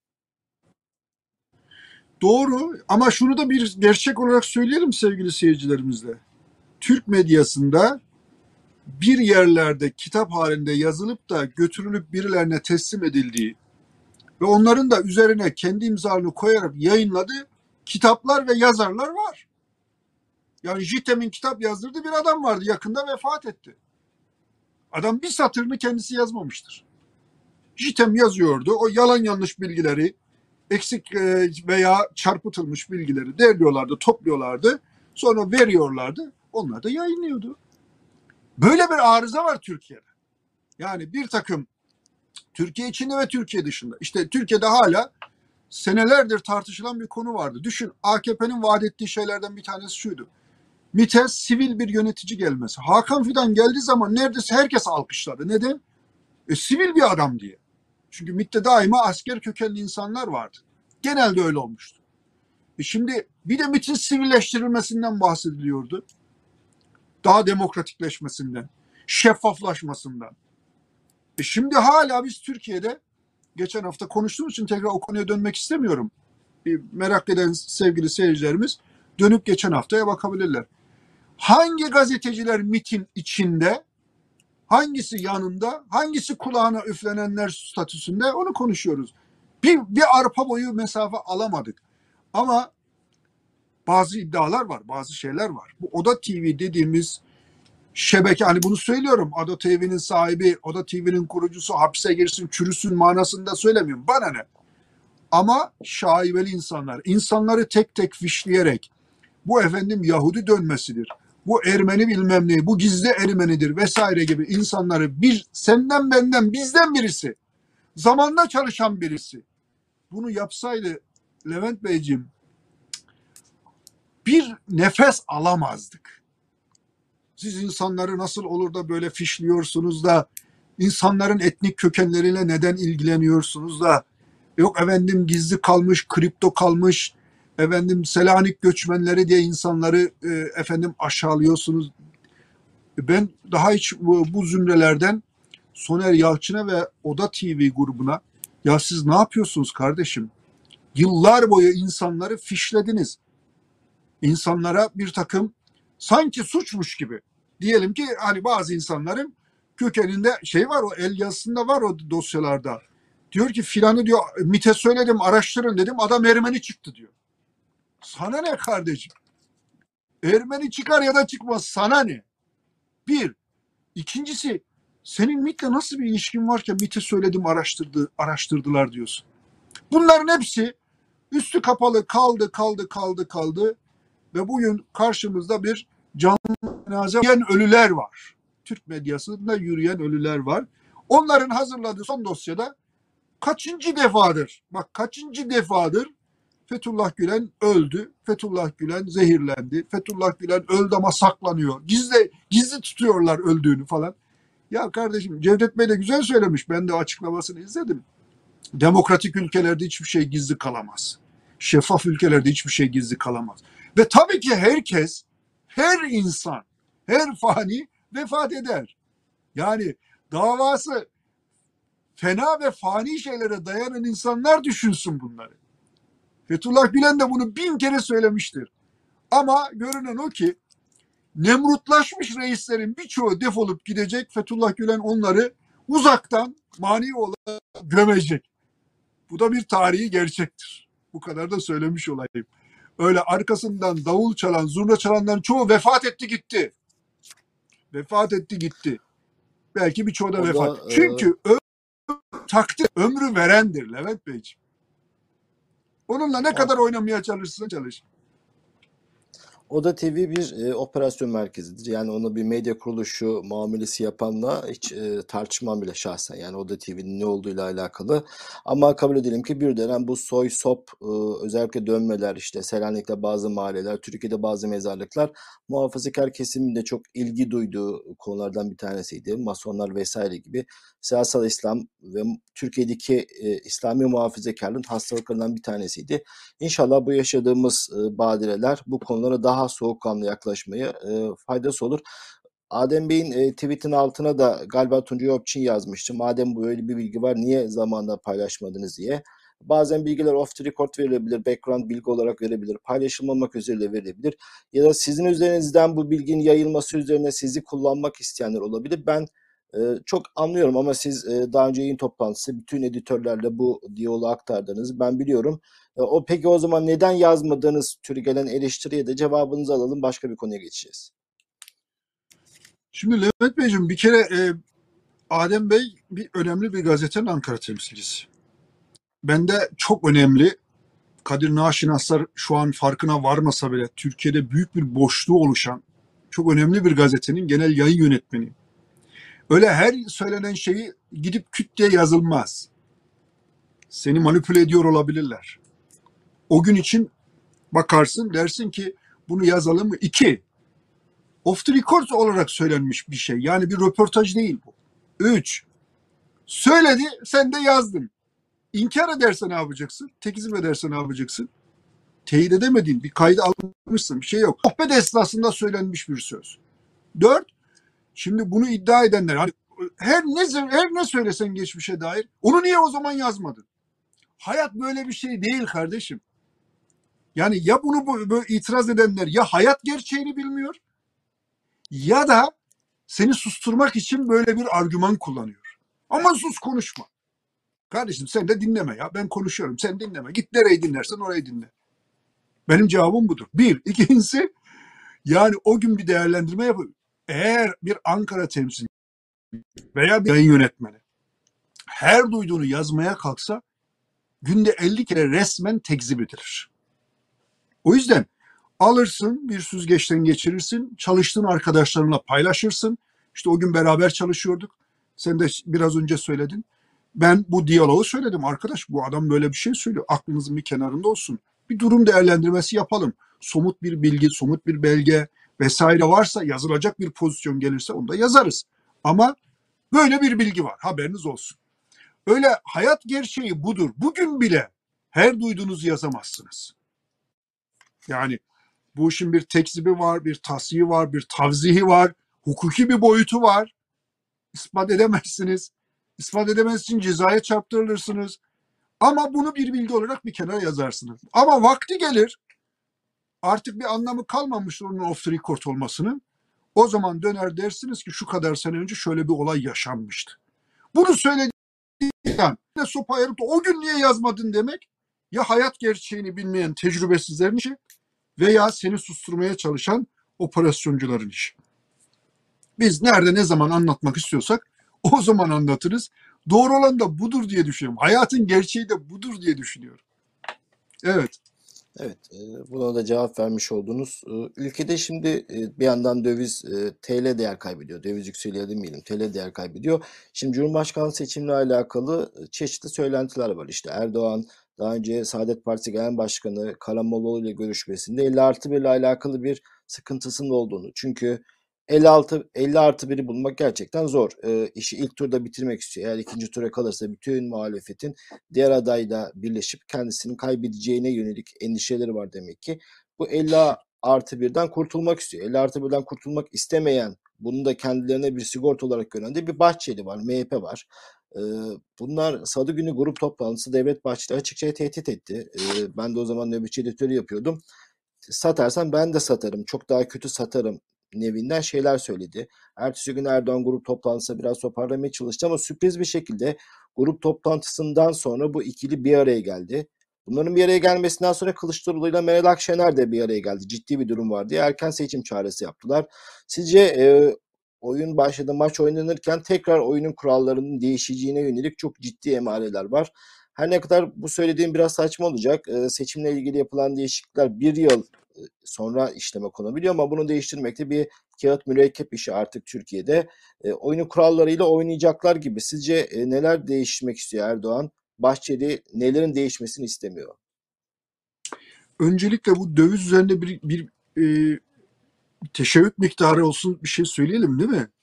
Doğru ama şunu da bir gerçek olarak söyleyelim sevgili seyircilerimizle. Türk medyasında bir yerlerde kitap halinde yazılıp da götürülüp birilerine teslim edildiği ve onların da üzerine kendi imzalarını koyarak yayınladığı kitaplar ve yazarlar var. Yani Jitem'in kitap yazdırdığı bir adam vardı, yakında vefat etti. Adam bir satırını kendisi yazmamıştır. Jitem yazıyordu. O yalan yanlış bilgileri, eksik e, veya çarpıtılmış bilgileri derliyorlardı, topluyorlardı. Sonra veriyorlardı. Onlar da yayınlıyordu. Böyle bir arıza var Türkiye'de. Yani bir takım Türkiye içinde ve Türkiye dışında. İşte Türkiye'de hala senelerdir tartışılan bir konu vardı. Düşün, A K P'nin vaat ettiği şeylerden bir tanesi şuydu. MİT'e sivil bir yönetici gelmesi. Hakan Fidan geldiği zaman neredeyse herkes alkışladı. Neden? E, sivil bir adam diye. Çünkü MİT'te daima asker kökenli insanlar vardı. Genelde öyle olmuştu. E şimdi bir de MİT'in sivilleştirilmesinden bahsediliyordu. Daha demokratikleşmesinden, şeffaflaşmasından. E şimdi hala biz Türkiye'de, geçen hafta konuştuğumuz için tekrar o konuya dönmek istemiyorum. Bir merak eden sevgili seyircilerimiz dönüp geçen haftaya bakabilirler. Hangi gazeteciler MİT'in içinde, hangisi yanında, hangisi kulağına üflenenler statüsünde, onu konuşuyoruz. Bir, bir arpa boyu mesafe alamadık. Ama bazı iddialar var, bazı şeyler var. Bu Oda T V dediğimiz şebeke, hani bunu söylüyorum, Oda T V'nin sahibi, Oda T V'nin kurucusu hapse girsin, çürüsün manasında söylemiyorum. Bana ne? Ama şaibeli insanlar, insanları tek tek fişleyerek, bu efendim Yahudi dönmesidir, bu Ermeni bilmem ne, bu gizli Ermenidir vesaire gibi insanları, bir senden benden bizden birisi, zamanda çalışan birisi bunu yapsaydı Levent Beyciğim, bir nefes alamazdık. Siz insanları nasıl olur da böyle fişliyorsunuz da, insanların etnik kökenleriyle neden ilgileniyorsunuz da, yok efendim gizli kalmış, kripto kalmış, efendim Selanik göçmenleri diye insanları e, efendim aşağılıyorsunuz. Ben daha hiç bu, bu zümrelerden Soner Yalçın'a ve Oda T V grubuna, ya siz ne yapıyorsunuz kardeşim? Yıllar boyu insanları fişlediniz. İnsanlara bir takım, sanki suçmuş gibi. Diyelim ki hani bazı insanların kökeninde şey var, o el yazısında var o dosyalarda. Diyor ki filanı diyor MİT'e söyledim, araştırın dedim, adam Ermeni çıktı diyor. Sana ne kardeşim? Ermeni çıkar ya da çıkmaz, sana ne? Bir. İkincisi, senin MİT'le nasıl bir ilişkin varken MİT'e söyledim, araştırdı, araştırdılar diyorsun. Bunların hepsi üstü kapalı kaldı kaldı kaldı kaldı ve bugün karşımızda bir canlı cenaze yürüyen ölüler var. Türk medyasında yürüyen ölüler var. Onların hazırladığı son dosyada kaçıncı defadır, bak kaçıncı defadır Fethullah Gülen öldü, Fethullah Gülen zehirlendi, Fethullah Gülen öldü ama saklanıyor, gizli, gizli tutuyorlar öldüğünü falan. Ya kardeşim, Cevdet Bey de güzel söylemiş, ben de açıklamasını izledim. Demokratik ülkelerde hiçbir şey gizli kalamaz. Şeffaf ülkelerde hiçbir şey gizli kalamaz. Ve tabii ki herkes, her insan, her fani vefat eder. Yani davası fena ve fani şeylere dayanan insanlar düşünsün bunları. Fethullah Gülen de bunu bin kere söylemiştir. Ama görünen o ki Nemrutlaşmış reislerin birçoğu defolup gidecek. Fethullah Gülen onları uzaktan mani olarak gömecek. Bu da bir tarihi gerçektir. Bu kadar da söylemiş olayım. Öyle arkasından davul çalan, zurna çalanların çoğu vefat etti gitti. Vefat etti gitti. Belki birçoğu da O vefat. da e, Çünkü ö- takdir ömrü verendir Levent Beyciğim. Onunla ne o kadar oynamaya çalışırsan çalış. Oda T V bir e, operasyon merkezidir. Yani ona bir medya kuruluşu muamelesi yapanla hiç e, tartışmam bile şahsen. Yani Oda T V'nin ne olduğuyla alakalı. Ama kabul edelim ki bir dönem bu soy sop e, özellikle dönmeler işte Selanik'te bazı mahalleler, Türkiye'de bazı mezarlıklar muhafazakar kesimin de çok ilgi duyduğu konulardan bir tanesiydi. Masonlar vesaire gibi siyasal İslam ve Türkiye'deki e, İslami muhafazakarlığın hastalıklarından bir tanesiydi. İnşallah bu yaşadığımız e, badireler bu konulara daha soğukkanlı yaklaşmaya e, faydası olur. Adem Bey'in e, tweet'in altına da galiba Tuncay Opçin yazmıştı. Madem böyle bir bilgi var niye zamanında paylaşmadınız diye. Bazen bilgiler off the record verilebilir, background bilgi olarak verebilir, paylaşılmamak üzere verilebilir. Ya da sizin üzerinizden bu bilginin yayılması üzerine sizi kullanmak isteyenler olabilir. Ben e, çok anlıyorum ama siz e, daha önce yayın toplantısı bütün editörlerle bu diyaloğu aktardınız. Ben biliyorum. E, O peki o zaman neden yazmadığınız türü gelen eleştiriye de cevabınızı alalım. Başka bir konuya geçeceğiz. Şimdi Levent Beyciğim bir kere e, Adem Bey bir önemli bir gazetenin Ankara temsilcisi. Ben de çok önemli Kadir Naşinaslar şu an farkına varmasa bile Türkiye'de büyük bir boşluğu oluşan çok önemli bir gazetenin genel yayın yönetmeniyim. Öyle her söylenen şeyi gidip küt diye yazılmaz. Seni manipüle ediyor olabilirler. O gün için bakarsın dersin ki bunu yazalım mı? İki, off the record olarak söylenmiş bir şey. Yani bir röportaj değil bu. Üç, söyledi sen de yazdın. İnkar ederse ne yapacaksın? Tekzip ederse ne yapacaksın? Teyit edemediğin bir kaydı almışsın bir şey yok. Sohbet esnasında söylenmiş bir söz. Dört, şimdi bunu iddia edenler hani her ne her ne söylesen geçmişe dair onu niye o zaman yazmadın? Hayat böyle bir şey değil kardeşim. Yani ya bunu böyle itiraz edenler ya hayat gerçeğini bilmiyor ya da seni susturmak için böyle bir argüman kullanıyor. Ama sus konuşma. Kardeşim sen de dinleme ya. Ben konuşuyorum. Sen dinleme. Git nereyi dinlersen orayı dinle. Benim cevabım budur. Bir. İkincisi yani o gün bir değerlendirme yapın. Eğer bir Ankara temsilcisi veya bir yayın yönetmeni her duyduğunu yazmaya kalksa günde elli kere resmen tekzip edilir. O yüzden alırsın bir süzgeçten geçirirsin, çalıştığın arkadaşlarınla paylaşırsın. İşte o gün beraber çalışıyorduk. Sen de biraz önce söyledin. Ben bu diyaloğu söyledim. Arkadaş bu adam böyle bir şey söylüyor. Aklınızın bir kenarında olsun. Bir durum değerlendirmesi yapalım. Somut bir bilgi, somut bir belge vesaire varsa yazılacak bir pozisyon gelirse onu da yazarız. Ama böyle bir bilgi var. Haberiniz olsun. Öyle hayat gerçeği budur. Bugün bile her duyduğunuzu yazamazsınız. Yani bu işin bir tekzibi var, bir tasfihi var, bir tavzihi var, hukuki bir boyutu var. İspat edemezsiniz. İspat edemez için cezaya çarptırılırsınız. Ama bunu bir bilgi olarak bir kenara yazarsınız. Ama vakti gelir, artık bir anlamı kalmamıştır onun off the record olmasının. O zaman döner dersiniz ki şu kadar sene önce şöyle bir olay yaşanmıştı. Bunu söylediğinden ne sopa yarıp da o gün niye yazmadın demek ya hayat gerçeğini bilmeyen tecrübesizlerin işi veya seni susturmaya çalışan operasyoncuların işi. Biz nerede ne zaman anlatmak istiyorsak o zaman anlatırız. Doğru olan da budur diye düşünüyorum. Hayatın gerçeği de budur diye düşünüyorum. Evet. Evet, e, buna da cevap vermiş oldunuz. E, Ülkede şimdi e, bir yandan döviz e, T L değer kaybediyor. Döviz yükseliyor demeyelim. T L değer kaybediyor. Şimdi Cumhurbaşkanlığı seçimle alakalı e, çeşitli söylentiler var. İşte Erdoğan daha önce Saadet Partisi Genel Başkanı Karamollaoğlu ile görüşmesinde elli artı bir ile alakalı bir sıkıntısının olduğunu. Çünkü elli altı elli artı biri bulmak gerçekten zor. E, işi ilk turda bitirmek istiyor. Eğer ikinci tura kalırsa bütün muhalefetin diğer adayla birleşip kendisinin kaybedeceğine yönelik endişeleri var demek ki. Bu elli artı birden kurtulmak istiyor. elli artı birden kurtulmak istemeyen, bunu da kendilerine bir sigorta olarak gören de bir Bahçeli var, M H P var. Ee, Bunlar Salı günü grup toplantısı Devlet Bahçeli açıkça tehdit etti. Ee, ben de o zaman nöbetçi editörü yapıyordum. Satarsan ben de satarım. Çok daha kötü satarım nevinden şeyler söyledi. Ertesi gün Erdoğan grup toplantısında biraz toparlamaya çalıştı ama sürpriz bir şekilde grup toplantısından sonra bu ikili bir araya geldi. Bunların bir araya gelmesinden sonra Kılıçdaroğlu ile Meral Akşener de bir araya geldi. Ciddi bir durum var diye erken seçim çağrısı yaptılar. Sizce e, oyun başladı, maç oynanırken tekrar oyunun kurallarının değişeceğine yönelik çok ciddi emareler var. Her ne kadar bu söylediğim biraz saçma olacak. E, seçimle ilgili yapılan değişiklikler bir yıl sonra işleme konabiliyor ama bunu değiştirmek de bir kağıt mürekkep işi artık Türkiye'de. E, oyunun kurallarıyla oynayacaklar gibi. Sizce e, neler değiştirmek istiyor Erdoğan? Bahçeli nelerin değişmesini istemiyor? Öncelikle bu döviz üzerinde bir, bir e, teşebbüt miktarı olsun bir şey söyleyelim değil mi?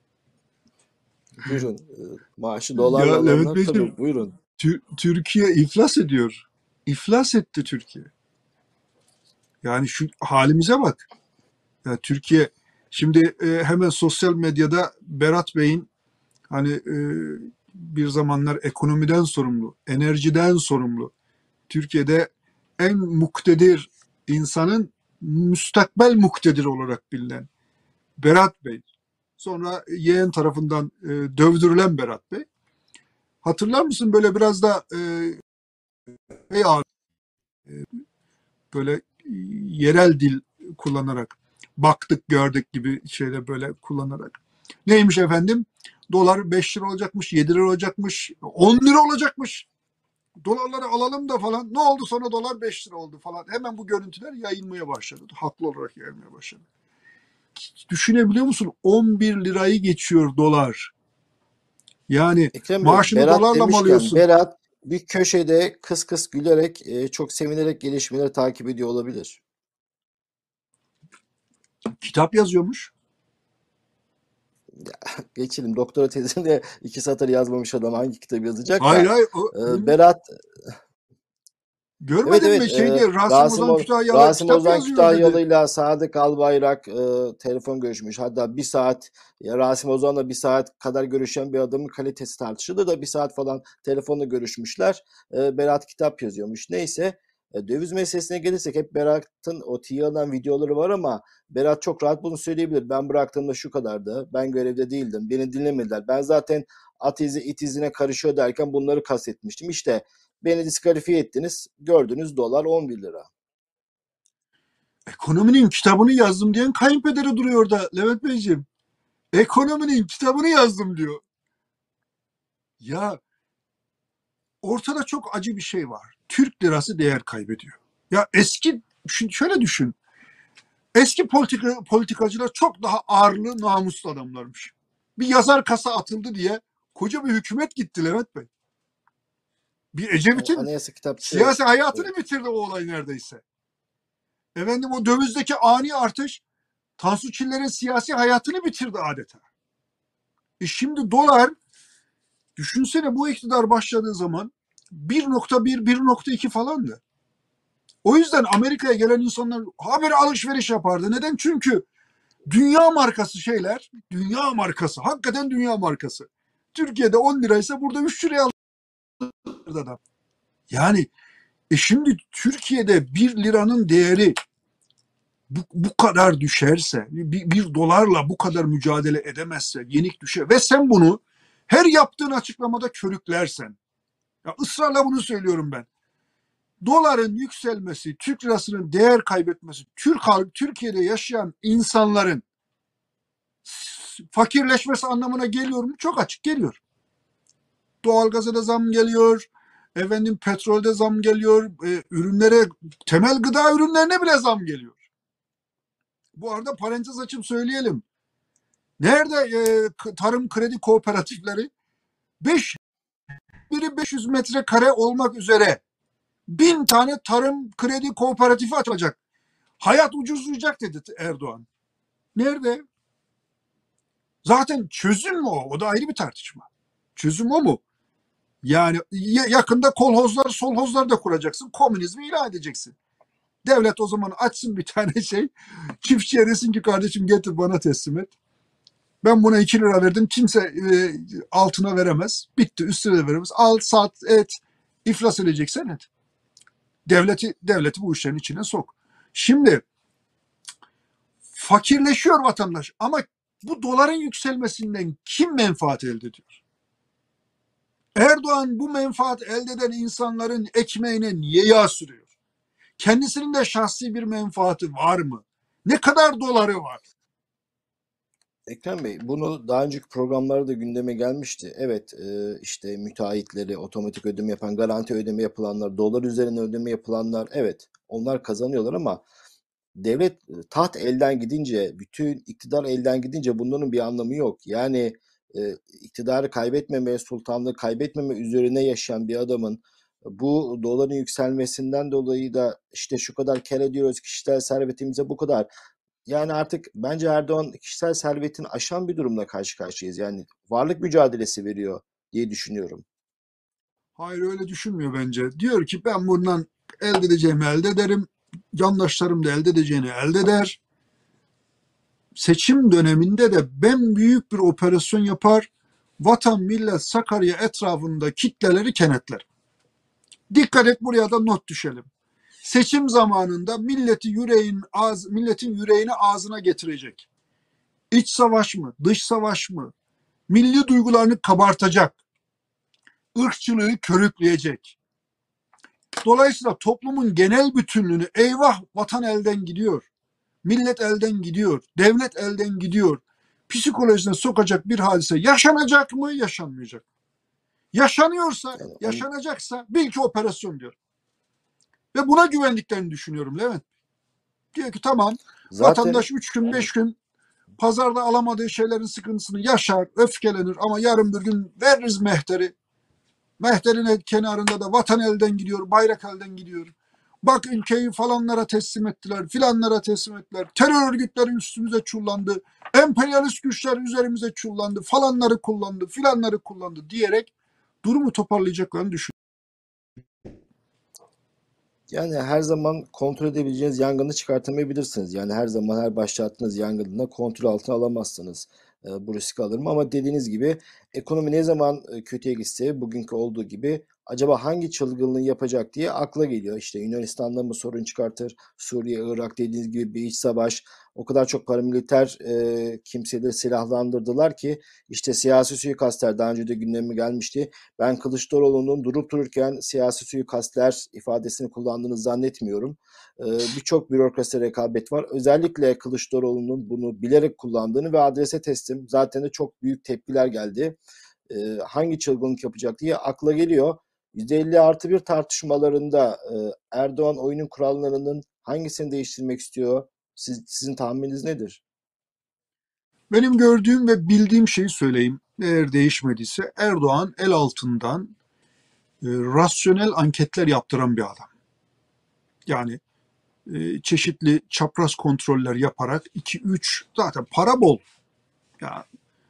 Buyurun. E, maaşı Ya dolarla Levent alanlar Beyciğim, tabii buyurun. Tür- Türkiye iflas ediyor. İflas etti Türkiye. Yani şu halimize bak. Ya Türkiye şimdi e, hemen sosyal medyada Berat Bey'in hani e, bir zamanlar ekonomiden sorumlu, enerjiden sorumlu, Türkiye'de en muktedir insanın müstakbel muktedir olarak bilinen Berat Bey. Sonra yeğen tarafından e, dövdürülen Berat Bey. Hatırlar mısın böyle biraz da e, hey abi, böyle e, yerel dil kullanarak baktık gördük gibi şeyler böyle kullanarak. Neymiş efendim? Dolar beş lira olacakmış, yedi lira olacakmış, on lira olacakmış. Dolarları alalım da falan. Ne oldu sonra dolar beş lira oldu falan. Hemen bu görüntüler yayılmaya başladı. Haklı olarak yayılmaya başladı. Düşünebiliyor musun? on bir lirayı geçiyor dolar. Yani Ekrem Bey, maaşını Berat dolarla mı demişken alıyorsun? Berat bir köşede kıs kıs gülerek e, çok sevinerek gelişmeleri takip ediyor olabilir. Kitap yazıyormuş. Geçelim. Doktora tezinde iki satır yazmamış adam hangi kitabı yazacak Hayır da. hayır. O, Ee, Berat, evet görmedin evet, mi şey e, diye Rasim Rasim, Ozan o Kütahyalı Rasim kitap Ozan yazıyor dedi. Kütahyalı'yla Sadık Albayrak e, telefon görüşmüş. Hatta bir saat, ya Rasim Ozan'la bir saat kadar görüşen bir adamın kalitesi tartışıldı da bir saat falan telefonla görüşmüşler. E, Berat kitap yazıyormuş. Neyse, e, döviz meselesine gelirsek hep Berat'ın o tiye alan videoları var ama Berat çok rahat bunu söyleyebilir. Ben bıraktığımda şu kadardı. Ben görevde değildim. Beni dinlemediler. Ben zaten at izi it izine karışıyor derken bunları kastetmiştim. İşte beni diskalifiye ettiniz. Gördünüz dolar on bir lira. Ekonominin kitabını yazdım diyen kayınpederi duruyor orada Levent Beyciğim. Ekonominin kitabını yazdım diyor. Ya ortada çok acı bir şey var. Türk lirası değer kaybediyor. Ya eski şöyle düşün. Eski politika, politikacılar çok daha ağırlı, namuslu adamlarmış. Bir yazar kasa atıldı diye koca bir hükümet gitti Levent Bey. Bir Yani Ecevit'in anayasa kitapçı, siyasi hayatını evet. bitirdi o olay neredeyse. Efendim o dövizdeki ani artış Tansu Çiller'in siyasi hayatını bitirdi adeta. E şimdi dolar, düşünsene bu iktidar başladığı zaman bir nokta bir, bir nokta iki falandı. O yüzden Amerika'ya gelen insanlar haberi alışveriş yapardı. Neden? Çünkü dünya markası şeyler, dünya markası, hakikaten dünya markası. Türkiye'de on liraysa burada üç liraya alırdı adam. Yani e şimdi Türkiye'de bir liranın değeri bu, bu kadar düşerse, bir, bir dolarla bu kadar mücadele edemezse, yenik düşer ve sen bunu her yaptığın açıklamada körüklersen, ya ısrarla bunu söylüyorum ben. Doların yükselmesi, Türk lirasının değer kaybetmesi, Türk halk, Türkiye'de yaşayan insanların fakirleşmesi anlamına geliyor mu? Çok açık geliyor. Doğalgaza da zam geliyor, efendim petrolde zam geliyor, e, ürünlere, temel gıda ürünlerine bile zam geliyor. Bu arada parantez açıp söyleyelim. Nerede e, tarım kredi kooperatifleri? beş biri beş yüz metrekare olmak üzere bin tane tarım kredi kooperatifi açılacak. Hayat ucuzlayacak dedi Erdoğan. Nerede? Zaten çözüm mü o? O da ayrı bir tartışma. Çözüm o mu? Yani yakında kolhozlar, solhozlar da kuracaksın. Komünizmi ilan edeceksin. Devlet o zaman açsın bir tane şey. Çiftçiye desin ki kardeşim getir bana teslim et. Ben buna iki lira verdim. Kimse e, altına veremez. Bitti. Üstüne de veremez. Al, sat, et. İflas edeceksen et. Devleti, devleti bu işlerin içine sok. Şimdi fakirleşiyor vatandaş ama bu doların yükselmesinden kim menfaat elde ediyor? Erdoğan bu menfaat elde eden insanların ekmeğine niye yağ sürüyor? Kendisinin de şahsi bir menfaati var mı? Ne kadar doları var? Ekrem Bey, bunu daha önceki programlarda da gündeme gelmişti. Evet, e, işte müteahhitleri, otomatik ödeme yapan, garanti ödeme yapılanlar, dolar üzerine ödeme yapılanlar, evet, onlar kazanıyorlar ama devlet e, taht elden gidince, bütün iktidar elden gidince bunların bir anlamı yok. Yani e, iktidarı kaybetmeme, sultanlığı kaybetmeme üzerine yaşayan bir adamın bu doların yükselmesinden dolayı da işte şu kadar kar ediyoruz, kişisel servetimize bu kadar. Yani artık bence Erdoğan kişisel servetini aşan bir durumla karşı karşıyayız. Yani varlık mücadelesi veriyor diye düşünüyorum. Hayır, öyle düşünmüyor bence. Diyor ki ben bundan elde edeceğimi elde ederim. Yandaşlarım da elde edeceğini elde eder. Seçim döneminde de ben büyük bir operasyon yapar. Vatan, millet, Sakarya etrafında kitleleri kenetler. Dikkat et, buraya da not düşelim. Seçim zamanında milleti yüreğin ağız, milletin yüreğini ağzına getirecek. İç savaş mı, dış savaş mı? Milli duygularını kabartacak. Irkçılığı körükleyecek. Dolayısıyla toplumun genel bütünlüğünü, eyvah vatan elden gidiyor, millet elden gidiyor, devlet elden gidiyor psikolojisine sokacak bir hadise yaşanacak mı, yaşanmayacak? Yaşanıyorsa, Yani on, yaşanacaksa bil ki operasyon diyor. Ve buna güvendiklerini düşünüyorum Levent. Diyor ki tamam, zaten vatandaş üç gün beş gün pazarda alamadığı şeylerin sıkıntısını yaşar, öfkelenir ama yarın bir gün veririz mehteri. Mehter'in kenarında da vatan elden gidiyor, bayrak elden gidiyor. Bak ülkeyi falanlara teslim ettiler, filanlara teslim ettiler. Terör örgütleri üstümüze çullandı. Emperyalist güçler üzerimize çullandı. Falanları kullandı, filanları kullandı diyerek durumu toparlayacaklarını düşünüyorum. Yani her zaman kontrol edebileceğiniz yangını çıkartamayabilirsiniz. Yani her zaman her başlattığınız yangını kontrol altına alamazsınız. E, bu riski alırım ama dediğiniz gibi ekonomi ne zaman e, kötüye gitse bugünkü olduğu gibi acaba hangi çılgınlığı yapacak diye akla geliyor. İşte Yunanistan'da mı sorun çıkartır? Suriye, Irak dediğiniz gibi bir iç savaş. O kadar çok paramiliter e, kimseleri silahlandırdılar ki işte siyasi suikastler daha önce de gündeme gelmişti. Ben Kılıçdaroğlu'nun durup dururken siyasi suikastler ifadesini kullandığını zannetmiyorum. Ee, Birçok bürokrasi rekabet var. Özellikle Kılıçdaroğlu'nun bunu bilerek kullandığını ve adrese teslim. Zaten de çok büyük tepkiler geldi. Ee, hangi çılgınlık yapacak diye akla geliyor. yüzde elli artı bir tartışmalarında e, Erdoğan oyunun kurallarının hangisini değiştirmek istiyor? Siz, sizin tahmininiz nedir? Benim gördüğüm ve bildiğim şeyi söyleyeyim. Eğer değişmediyse Erdoğan el altından e, rasyonel anketler yaptıran bir adam. Yani e, çeşitli çapraz kontroller yaparak iki üç zaten para bol. Ya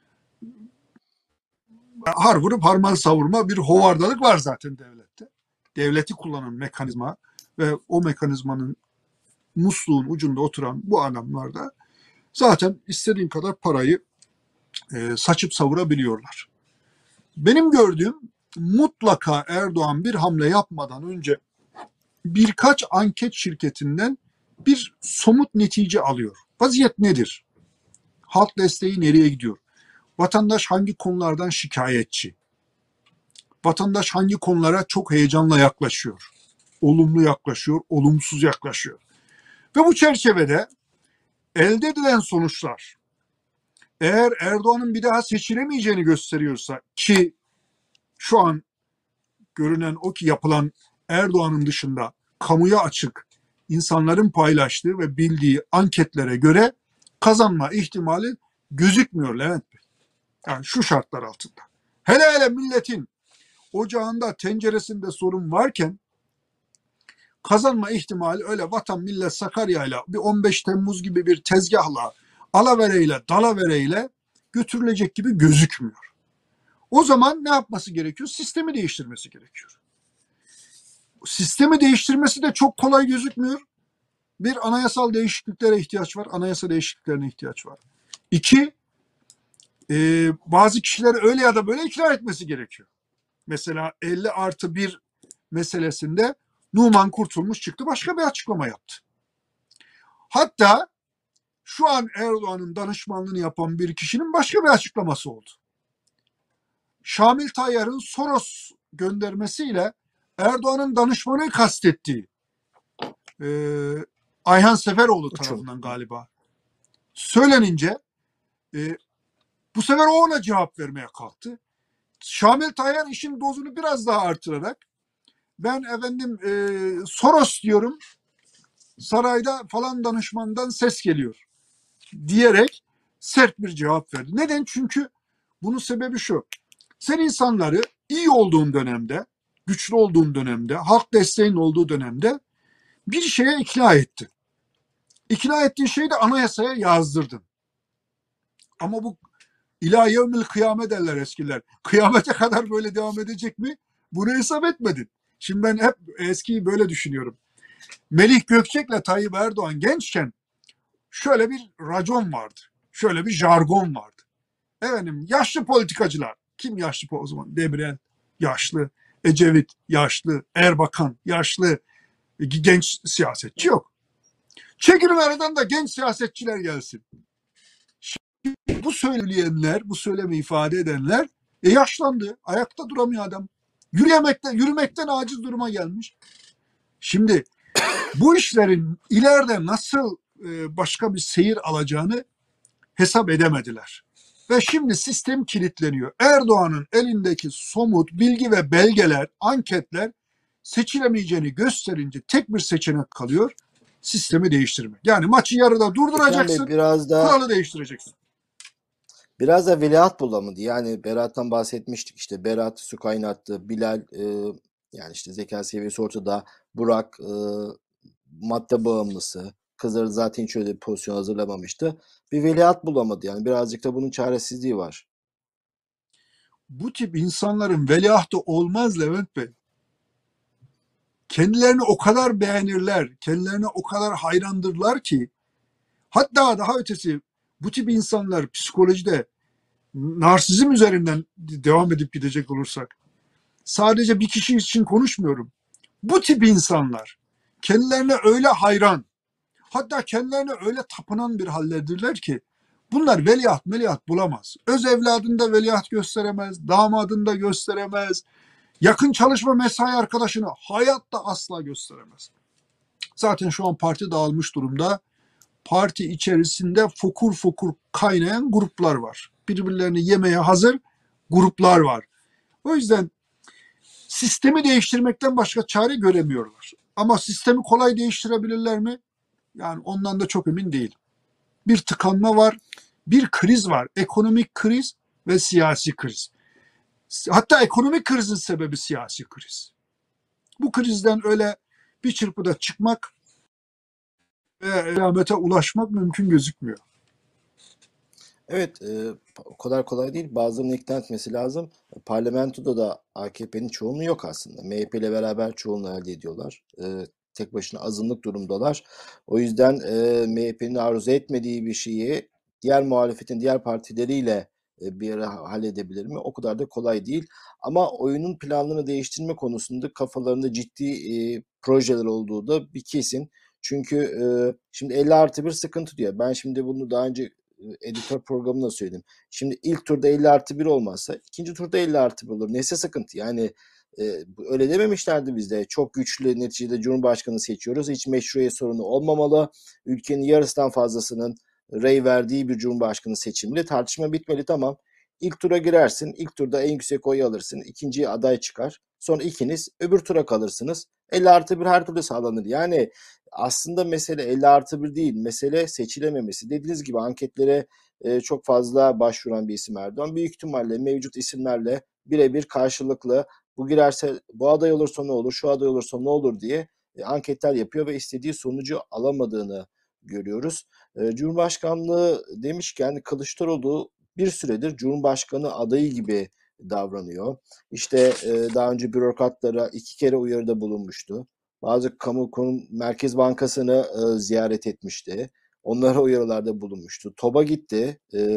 har vurup harman savurma bir hovardalık var zaten devlette. Devleti kullanan mekanizma ve o mekanizmanın musluğun ucunda oturan bu adamlar da zaten istediğin kadar parayı e, saçıp savurabiliyorlar. Benim gördüğüm, mutlaka Erdoğan bir hamle yapmadan önce birkaç anket şirketinden bir somut netice alıyor. Vaziyet nedir? Halk desteği nereye gidiyor? Vatandaş hangi konulardan şikayetçi? Vatandaş hangi konulara çok heyecanla yaklaşıyor? Olumlu yaklaşıyor, olumsuz yaklaşıyor. Ve bu çerçevede elde edilen sonuçlar eğer Erdoğan'ın bir daha seçilemeyeceğini gösteriyorsa, ki şu an görünen o ki yapılan Erdoğan'ın dışında kamuya açık insanların paylaştığı ve bildiği anketlere göre kazanma ihtimali gözükmüyor Levent Bey. Yani şu şartlar altında. Hele hele milletin ocağında, tenceresinde sorun varken kazanma ihtimali öyle vatan millet Sakarya'yla bir on beş Temmuz gibi bir tezgahla, alavereyle, dalavereyle götürülecek gibi gözükmüyor. O zaman ne yapması gerekiyor? Sistemi değiştirmesi gerekiyor. Sistemi değiştirmesi de çok kolay gözükmüyor. Bir, anayasal değişikliklere ihtiyaç var. Anayasa değişikliklerine ihtiyaç var. İki, Ee, bazı kişileri öyle ya da böyle ikna etmesi gerekiyor. Mesela elli artı bir meselesinde Numan Kurtulmuş çıktı başka bir açıklama yaptı. Hatta şu an Erdoğan'ın danışmanlığını yapan bir kişinin başka bir açıklaması oldu. Şamil Tayyar'ın Soros göndermesiyle Erdoğan'ın danışmanı kastettiği e, Ayhan Seferoğlu Uçun. tarafından galiba söylenince e, bu sefer o ona cevap vermeye kalktı. Şamil Tayyar işin dozunu biraz daha artırarak ben efendim e, Soros diyorum sarayda falan danışmandan ses geliyor diyerek sert bir cevap verdi. Neden? Çünkü bunun sebebi şu. Sen insanları iyi olduğun dönemde, güçlü olduğun dönemde, halk desteğinin olduğu dönemde bir şeye ikna ettin. İkna ettiğin şeyi de anayasaya yazdırdın. Ama bu İlâ yevmil kıyamet derler eskiler. Kıyamete kadar böyle devam edecek mi? Bunu hesap etmedin. Şimdi ben hep eskiyi böyle düşünüyorum. Melih Gökçek'le Tayyip Erdoğan gençken şöyle bir racon vardı. Şöyle bir jargon vardı. Efendim yaşlı politikacılar. Kim yaşlı o zaman? Demirel yaşlı, Ecevit yaşlı, Erbakan yaşlı, genç siyasetçi yok. Çekilin aradan da genç siyasetçiler gelsin. Bu söyleyenler, bu söylemi ifade edenler e, yaşlandı. Ayakta duramıyor adam. Yürüyemekten, yürümekten aciz duruma gelmiş. Şimdi bu işlerin ileride nasıl e, başka bir seyir alacağını hesap edemediler. Ve şimdi sistem kilitleniyor. Erdoğan'ın elindeki somut bilgi ve belgeler, anketler seçilemeyeceğini gösterince tek bir seçenek kalıyor. Sistemi değiştirmek. Yani maçı yarıda Ekrem Bey durduracaksın, biraz da kuralı değiştireceksin. biraz da veliaht bulamadı. Yani Berat'tan bahsetmiştik işte. Berat su kaynattı. Bilal e, yani işte zeka seviyesi ortada. Burak e, madde bağımlısı. Kızları zaten hiç öyle bir pozisyon hazırlamamıştı. Bir veliaht bulamadı yani. Birazcık da bunun çaresizliği var. Bu tip insanların veliahtı olmaz Levent Bey. Kendilerini o kadar beğenirler, kendilerine o kadar hayrandırlar ki hatta daha ötesi bu tip insanlar psikolojide narsizm üzerinden devam edip gidecek olursak sadece bir kişi için konuşmuyorum. Bu tip insanlar kendilerine öyle hayran, hatta kendilerine öyle tapınan bir hallerdirler ki bunlar veliaht meliaht bulamaz. Öz evladında veliaht gösteremez, damadında gösteremez, yakın çalışma mesai arkadaşını hayatta asla gösteremez. Zaten şu an parti dağılmış durumda. Parti içerisinde fokur fokur kaynayan gruplar var. Birbirlerini yemeye hazır gruplar var. O yüzden sistemi değiştirmekten başka çare göremiyorlar. Ama sistemi kolay değiştirebilirler mi? Yani ondan da çok emin değilim. Bir tıkanma var, bir kriz var. Ekonomik kriz ve siyasi kriz. Hatta ekonomik krizin sebebi siyasi kriz. Bu krizden öyle bir çırpıda çıkmak ve elamete ulaşmak mümkün gözükmüyor. Evet, e, o kadar kolay değil. Bazılarını ikna etmesi lazım. Parlamentoda da A K P'nin çoğunluğu yok aslında. M H P ile beraber çoğunluğu elde ediyorlar. E, tek başına azınlık durumdalar. O yüzden e, M H P'nin arzu etmediği bir şeyi diğer muhalefetin diğer partileriyle e, bir ara halledebilir mi? O kadar da kolay değil. Ama oyunun planlarını değiştirme konusunda kafalarında ciddi e, projeler olduğu da bir kesin. Çünkü e, şimdi elli artı bir sıkıntı diyor. Ben şimdi bunu daha önce editör programında söyledim. Şimdi ilk turda elli artı bir olmazsa ikinci turda elli artı bir olur. Neyse sıkıntı. Yani e, öyle dememişlerdi bizde. Çok güçlü neticede Cumhurbaşkanı seçiyoruz. Hiç meşruiyet sorunu olmamalı. Ülkenin yarısından fazlasının rey verdiği bir Cumhurbaşkanı seçimli. Tartışma bitmeli tamam. İlk tura girersin. İlk turda en yüksek oyu alırsın. İkinciye aday çıkar. Sonra ikiniz öbür tura kalırsınız. elli artı bir her türlü sağlanır. Yani aslında mesele elli artı bir değil. Mesele seçilememesi. Dediğiniz gibi anketlere e, çok fazla başvuran bir isim Erdoğan. Büyük ihtimalle mevcut isimlerle birebir karşılıklı bu girerse bu aday olursa ne olur, şu aday olursa ne olur diye e, anketler yapıyor ve istediği sonucu alamadığını görüyoruz. E, Cumhurbaşkanlığı demişken Kılıçdaroğlu bir süredir Cumhurbaşkanı adayı gibi davranıyor. İşte e, daha önce bürokratlara iki kere uyarıda bulunmuştu. Bazı kamu kurum Merkez Bankası'nı e, ziyaret etmişti. Onlara uyarılarda bulunmuştu. TOB'a gitti. E,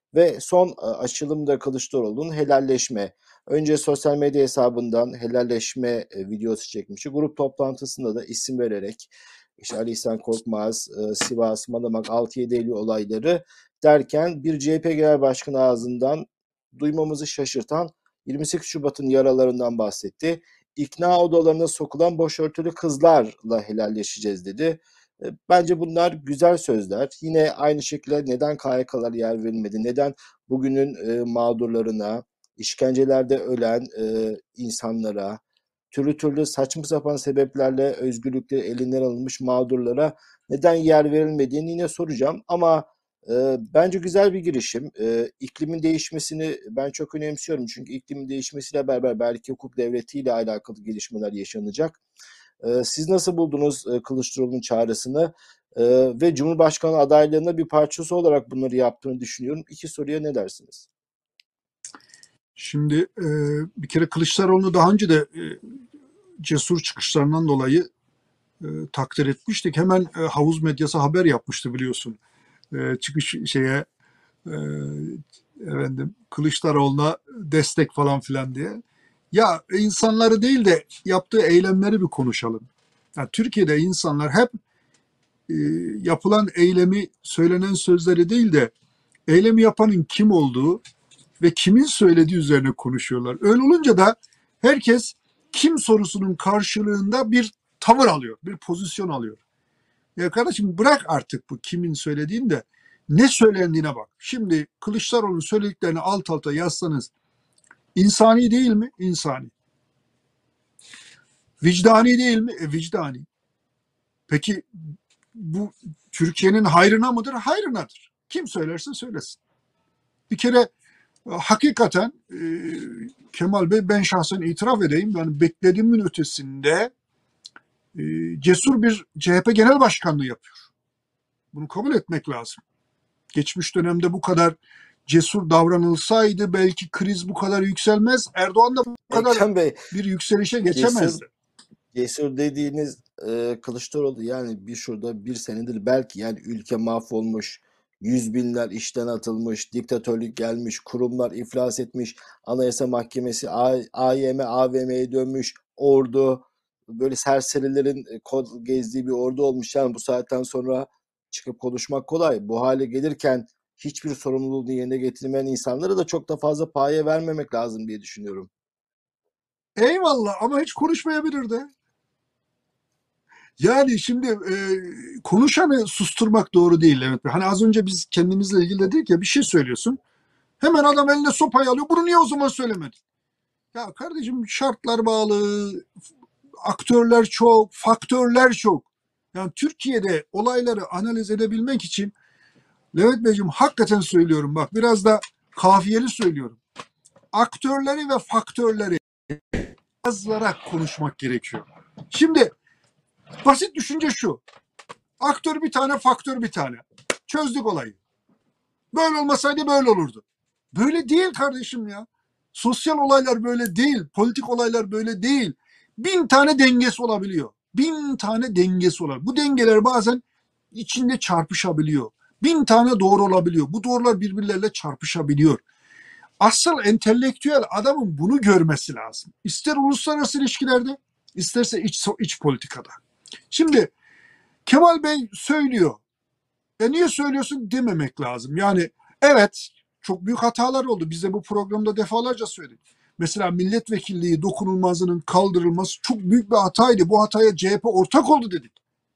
Ve son e, açılım da Kılıçdaroğlu'nun helalleşme. Önce sosyal medya hesabından helalleşme e, videosu çekmişti. Grup toplantısında da isim vererek işte Ali İhsan Korkmaz, e, Sivas, Madımak, altı yedi Eylül olayları derken bir C H P Genel Başkanı ağzından duymamızı şaşırtan yirmi sekiz Şubat'ın yaralarından bahsetti. İkna odalarına sokulan başörtülü kızlarla helalleşeceğiz dedi. E, Bence bunlar güzel sözler. Yine aynı şekilde neden K Y K'lar yer verilmedi? Neden bugünün e, mağdurlarına, işkencelerde ölen e, insanlara, türlü türlü saçma sapan sebeplerle özgürlükleri elinden alınmış mağdurlara neden yer verilmediğini yine soracağım. Ama e, bence güzel bir girişim. E, iklimin değişmesini ben çok önemsiyorum. Çünkü iklimin değişmesiyle beraber belki hukuk devletiyle alakalı gelişmeler yaşanacak. E, siz nasıl buldunuz e, Kılıçdaroğlu'nun çağrısını? E, ve Cumhurbaşkanı adaylığında bir parçası olarak bunları yaptığını düşünüyorum. İki soruya ne dersiniz? Şimdi e, bir kere Kılıçdaroğlu'nu daha önce de e, cesur çıkışlarından dolayı e, takdir etmiştik. Hemen e, havuz medyası haber yapmıştı biliyorsun. E, çıkış şeye e, efendim Kılıçdaroğlu'na destek falan filan diye. Ya insanları değil de yaptığı eylemleri bir konuşalım. Yani Türkiye'de insanlar hep e, yapılan eylemi, söylenen sözleri değil de eylemi yapanın kim olduğu ve kimin söylediği üzerine konuşuyorlar. Öyle olunca da herkes kim sorusunun karşılığında bir tavır alıyor, bir pozisyon alıyor. Ya kardeşim bırak artık bu kimin söylediğini de ne söylendiğine bak. Şimdi Kılıçdaroğlu'nun söylediklerini alt alta yazsanız insani değil mi? İnsani. Vicdani değil mi? E, vicdani. Peki bu Türkiye'nin hayrına mıdır? Hayrınadır. Kim söylerse söylesin. Bir kere hakikaten e, Kemal Bey ben şahsen itiraf edeyim. Yani beklediğimin ötesinde e, cesur bir C H P Genel Başkanlığı yapıyor. Bunu kabul etmek lazım. Geçmiş dönemde bu kadar cesur davranılsaydı belki kriz bu kadar yükselmez. Erdoğan da bu kadar Ekrem Bey, bir yükselişe cesur geçemezdi. cesur dediğiniz e, Kılıçdaroğlu yani bir şurada bir senedir belki yani ülke mahvolmuş, yüz binler işten atılmış, diktatörlük gelmiş, kurumlar iflas etmiş, Anayasa Mahkemesi, A- AYM, A V M'ye dönmüş, ordu böyle serserilerin e, kod gezdiği bir ordu olmuş. Yani bu saatten sonra çıkıp konuşmak kolay. Bu hale gelirken hiçbir sorumluluğunu yerine getirmeyen insanlara da çok da fazla paye vermemek lazım diye düşünüyorum. Eyvallah ama hiç konuşmayabilirdi. Yani şimdi e, konuşanı susturmak doğru değil. Evet. Hani az önce biz kendimizle ilgili dedik ya bir şey söylüyorsun. Hemen adam eline sopayı alıyor. Bunu niye o zaman söylemedin? Ya kardeşim şartlar bağlı, aktörler çok, faktörler çok. Yani Türkiye'de olayları analiz edebilmek için Levent Beyciğim hakikaten söylüyorum bak biraz da kafiyeli söylüyorum. Aktörleri ve faktörleri yazılarak konuşmak gerekiyor. Şimdi basit düşünce şu. Aktör bir tane, faktör bir tane. Çözdük olayı. Böyle olmasaydı böyle olurdu. Böyle değil kardeşim ya. Sosyal olaylar böyle değil. Politik olaylar böyle değil. Bin tane dengesi olabiliyor. Bin tane dengesi olabiliyor. Bu dengeler bazen içinde çarpışabiliyor. Bin tane doğru olabiliyor. Bu doğrular birbirleriyle çarpışabiliyor. Asıl entelektüel adamın bunu görmesi lazım. İster uluslararası ilişkilerde, isterse iç, iç politikada. Şimdi Kemal Bey söylüyor. E niye söylüyorsun dememek lazım. Yani evet çok büyük hatalar oldu. Biz de bu programda defalarca söyledik. Mesela milletvekilliği dokunulmazlığının kaldırılması çok büyük bir hataydı. Bu hataya C H P ortak oldu dedik.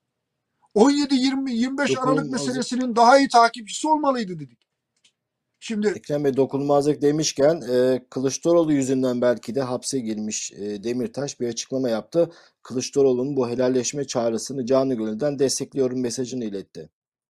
on yedi yirmi yirmi beş Aralık Dokunulmazlık meselesinin daha iyi takipçisi olmalıydı dedik. Şimdi Ekrem Bey dokunulmazlık demişken e, Kılıçdaroğlu yüzünden belki de hapse girmiş e, Demirtaş bir açıklama yaptı. Kılıçdaroğlu'nun bu helalleşme çağrısını canı gönülden destekliyorum mesajını iletti.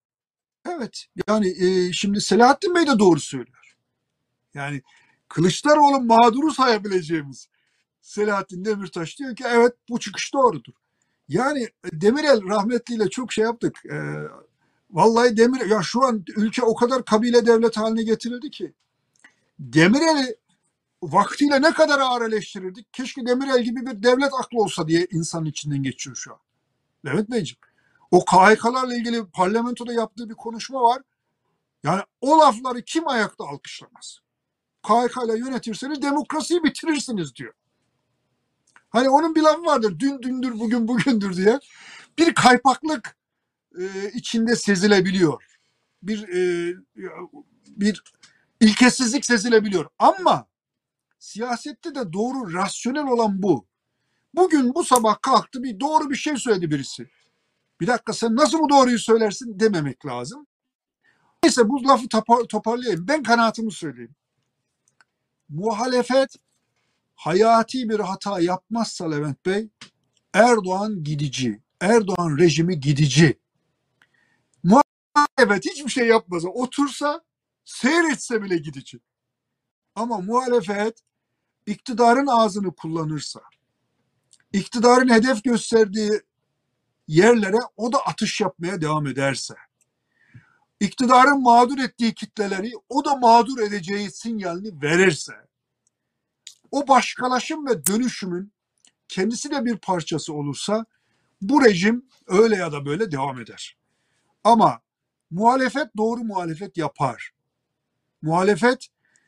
evet yani e, şimdi Selahattin Bey de doğru söylüyor. Yani Kılıçdaroğlu mağduru sayabileceğimiz Selahattin Demirtaş diyor ki evet bu çıkış doğrudur. Yani Demirel rahmetliyle çok şey yaptık. Ee, vallahi Demir ya şu an ülke o kadar kabile devlet haline getirildi ki Demirel'i vaktiyle ne kadar ağır eleştirirdik. Keşke Demirel gibi bir devlet aklı olsa diye insanın içinden geçiyor şu an. Levent Beyciğim. O K H K'larla ilgili parlamentoda yaptığı bir konuşma var. Yani o lafları kim ayakta alkışlamaz? K H K ile yönetirseniz demokrasiyi bitirirsiniz diyor. Hani onun bir lafı vardır. Dün dündür, bugün bugündür diye. Bir kaypaklık e, içinde sezilebiliyor. Bir e, bir ilkesizlik sezilebiliyor. Ama siyasette de doğru, rasyonel olan bu. Bugün bu sabah kalktı, bir doğru bir şey söyledi birisi. Bir dakika, sen nasıl bu doğruyu söylersin dememek lazım. Neyse, bu lafı toparlayayım. Ben kanaatimi söyleyeyim. Muhalefet hayati bir hata yapmazsa Levent Bey, Erdoğan gidici. Erdoğan rejimi gidici. Muhalefet hiçbir şey yapmasa, otursa, seyretse bile gidici. Ama muhalefet iktidarın ağzını kullanırsa, iktidarın hedef gösterdiği yerlere o da atış yapmaya devam ederse, iktidarın mağdur ettiği kitleleri o da mağdur edeceği sinyalini verirse, o başkalaşım ve dönüşümün kendisi de bir parçası olursa, bu rejim öyle ya da böyle devam eder. Ama muhalefet doğru muhalefet yapar. Muhalefet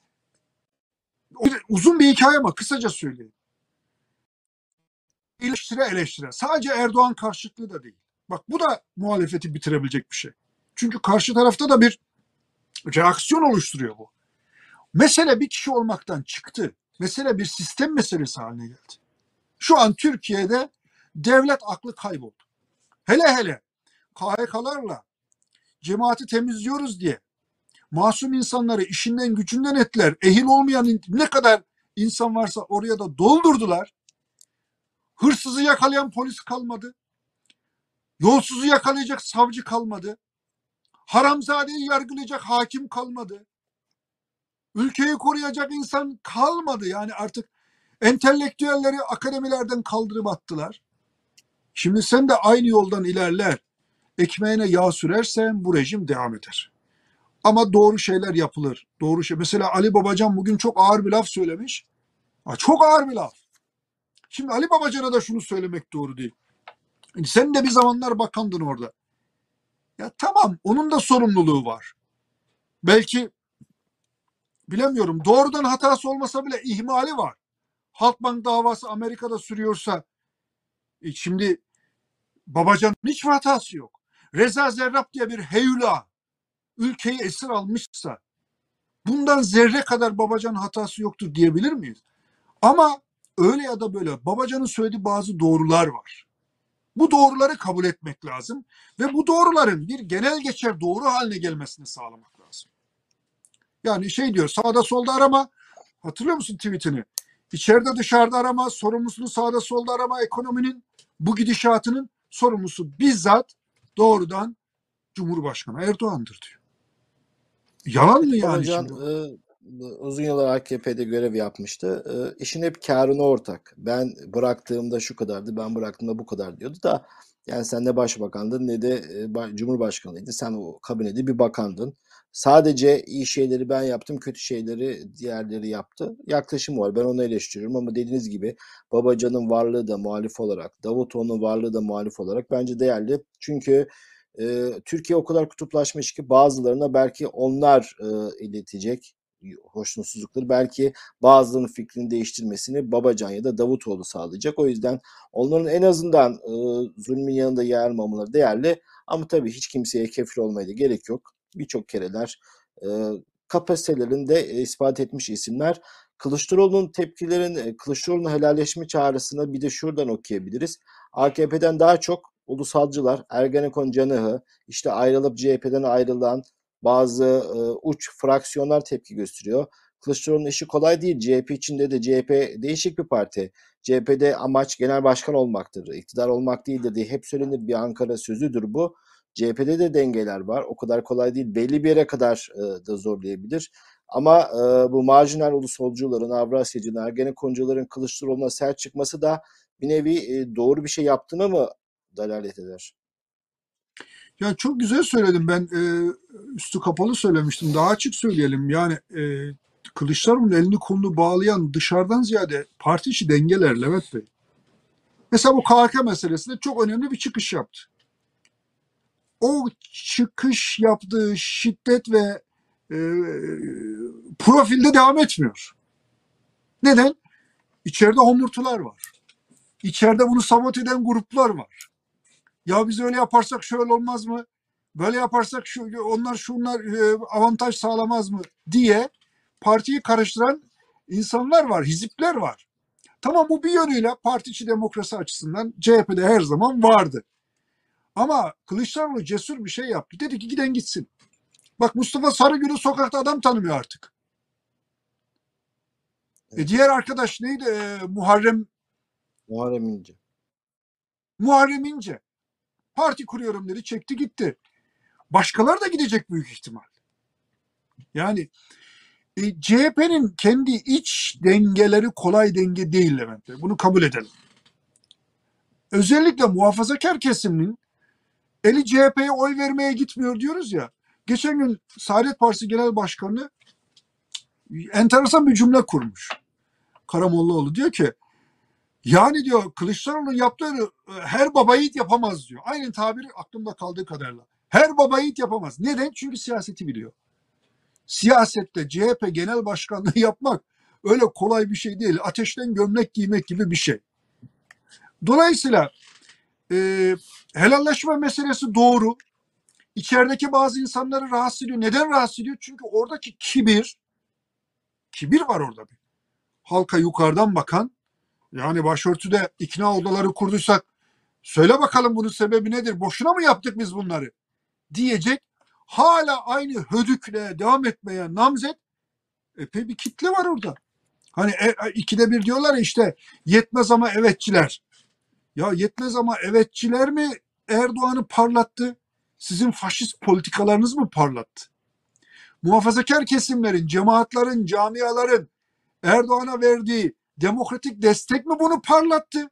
uzun bir hikaye ama kısaca söyleyeyim. Eleştire eleştire. Sadece Erdoğan karşıtlığı da değil. Bak, bu da muhalefeti bitirebilecek bir şey. Çünkü karşı tarafta da bir reaksiyon oluşturuyor bu. Mesele bir kişi olmaktan çıktı. Mesele bir sistem meselesi haline geldi. Şu an Türkiye'de devlet aklı kayboldu. Hele hele K H K'larla cemaati temizliyoruz diye masum insanları işinden gücünden ettiler. Ehil olmayan ne kadar insan varsa oraya da doldurdular. Hırsızı yakalayan polis kalmadı. Yolsuzu yakalayacak savcı kalmadı. Haramzadeyi yargılayacak hakim kalmadı. Ülkeyi koruyacak insan kalmadı. Yani artık entelektüelleri akademilerden kaldırıp attılar. Şimdi sen de aynı yoldan ilerler, ekmeğine yağ sürersen bu rejim devam eder. Ama doğru şeyler yapılır. Doğru şey. Mesela Ali Babacan bugün çok ağır bir laf söylemiş. Ha, çok ağır bir laf. Şimdi Ali Babacan'a da şunu söylemek doğru değil. Sen de bir zamanlar bakandın orada. Ya tamam, onun da sorumluluğu var. Belki bilemiyorum, doğrudan hatası olmasa bile ihmali var. Halkbank davası Amerika'da sürüyorsa e şimdi Babacan'ın hiç hatası yok. Reza Zerrab diye bir heyula ülkeyi esir almışsa bundan zerre kadar Babacan'ın hatası yoktur diyebilir miyiz? Ama öyle ya da böyle Babacan'ın söylediği bazı doğrular var. Bu doğruları kabul etmek lazım ve bu doğruların bir genel geçer doğru haline gelmesini sağlamak lazım. Yani şey diyor, sağda solda arama, hatırlıyor musun tweetini? İçeride dışarıda arama, sorumlusunu sağda solda arama, ekonominin bu gidişatının sorumlusu bizzat doğrudan Cumhurbaşkanı Erdoğan'dır diyor. Yalan mı yani Babacan şimdi? e, uzun yıllar A K P'de görev yapmıştı. E, işin hep kârına ortak. Ben bıraktığımda şu kadardı, ben bıraktığımda bu kadar diyordu da yani sen ne başbakandın ne de e, ba- cumhurbaşkanıydın. Sen o kabinede bir bakandın. Sadece iyi şeyleri ben yaptım, kötü şeyleri diğerleri yaptı. Yaklaşım var. Ben onu eleştiriyorum ama dediğiniz gibi Babacan'ın varlığı da muhalif olarak, Davutoğlu'nun varlığı da muhalif olarak bence değerli. Çünkü e, Türkiye o kadar kutuplaşmış ki bazılarına belki onlar e, iletecek hoşnutsuzlukları. Belki bazılarının fikrini değiştirmesini Babacan ya da Davutoğlu sağlayacak. O yüzden onların en azından e, zulmün yanında yer almamaları değerli. Ama tabii hiç kimseye kefil olmaya da gerek yok. Birçok kereler e, kapasitelerini de e, ispat etmiş isimler. Kılıçdaroğlu'nun tepkilerin, e, Kılıçdaroğlu'nun helalleşme çağrısını bir de şuradan okuyabiliriz. A K P'den daha çok ulusalcılar, Ergenekon canıhı, işte ayrılıp C H P'den ayrılan bazı e, uç fraksiyonlar tepki gösteriyor. Kılıçdaroğlu'nun işi kolay değil. C H P içinde de C H P değişik bir parti. C H P'de amaç genel başkan olmaktır, iktidar olmak değildir diye hep söylenir, bir Ankara sözüdür bu. C H P'de de dengeler var. O kadar kolay değil. Belli bir yere kadar e, da zorlayabilir. Ama e, bu marjinal ulusolcuların, Avrasyacıların, Ergenekoncuların Kılıçdaroğlu'na sert çıkması da bir nevi e, doğru bir şey yaptığına mı dalalet eder? Ya çok güzel söyledim ben, e, üstü kapalı söylemiştim. Daha açık söyleyelim. Yani e, Kılıçdaroğlu'nun elini kolunu bağlayan dışarıdan ziyade parti içi dengeler Levent Bey. Mesela bu K H K meselesinde çok önemli bir çıkış yaptı. o çıkış yaptığı şiddet ve e, profilde devam etmiyor. Neden? İçeride homurtular var. İçeride bunu sabote eden gruplar var. Ya biz öyle yaparsak şöyle olmaz mı? Böyle yaparsak şu, onlar şunlar e, avantaj sağlamaz mı diye partiyi karıştıran insanlar var, hizipler var. Tamam, bu bir yönüyle parti içi demokrasi açısından C H P'de her zaman vardı. Ama Kılıçdaroğlu cesur bir şey yaptı. Dedi ki giden gitsin. Bak, Mustafa Sarıgül'ü sokakta adam tanımıyor artık. E Evet. diğer arkadaş neydi? E, Muharrem Muharrem İnce. Muharrem İnce. Parti kuruyorum dedi, çekti gitti. Başkaları da gidecek büyük ihtimal. Yani e, C H P'nin kendi iç dengeleri kolay denge değil Levent Bey. Bunu kabul edelim. Özellikle muhafazakar kesimin eli C H P'ye oy vermeye gitmiyor diyoruz ya. Geçen gün Saadet Partisi Genel Başkanı enteresan bir cümle kurmuş. Karamollaoğlu diyor ki, yani diyor Kılıçdaroğlu'nun yaptığı her baba yiğit yapamaz diyor. Aynı tabiri aklımda kaldığı kadarıyla. Her baba yiğit yapamaz. Neden? Çünkü siyaseti biliyor. Siyasette C H P genel başkanlığı yapmak öyle kolay bir şey değil. Ateşten gömlek giymek gibi bir şey. Dolayısıyla e, helalleşme meselesi doğru. İçerideki bazı insanları rahatsız ediyor. Neden rahatsız ediyor? Çünkü oradaki kibir, kibir var orada bir. Halka yukarıdan bakan, yani başörtüde ikna odaları kurduysak, söyle bakalım bunun sebebi nedir? Boşuna mı yaptık biz bunları? Diyecek. Hala aynı hödükle devam etmeye namzet epey bir kitle var orada. Hani e, e, ikide bir diyorlar ya işte yetmez ama evetçiler. Ya yetmez ama evetçiler mi Erdoğan'ı parlattı? Sizin faşist politikalarınız mı parlattı? Muhafazakar kesimlerin, cemaatlerin, camiaların Erdoğan'a verdiği demokratik destek mi bunu parlattı?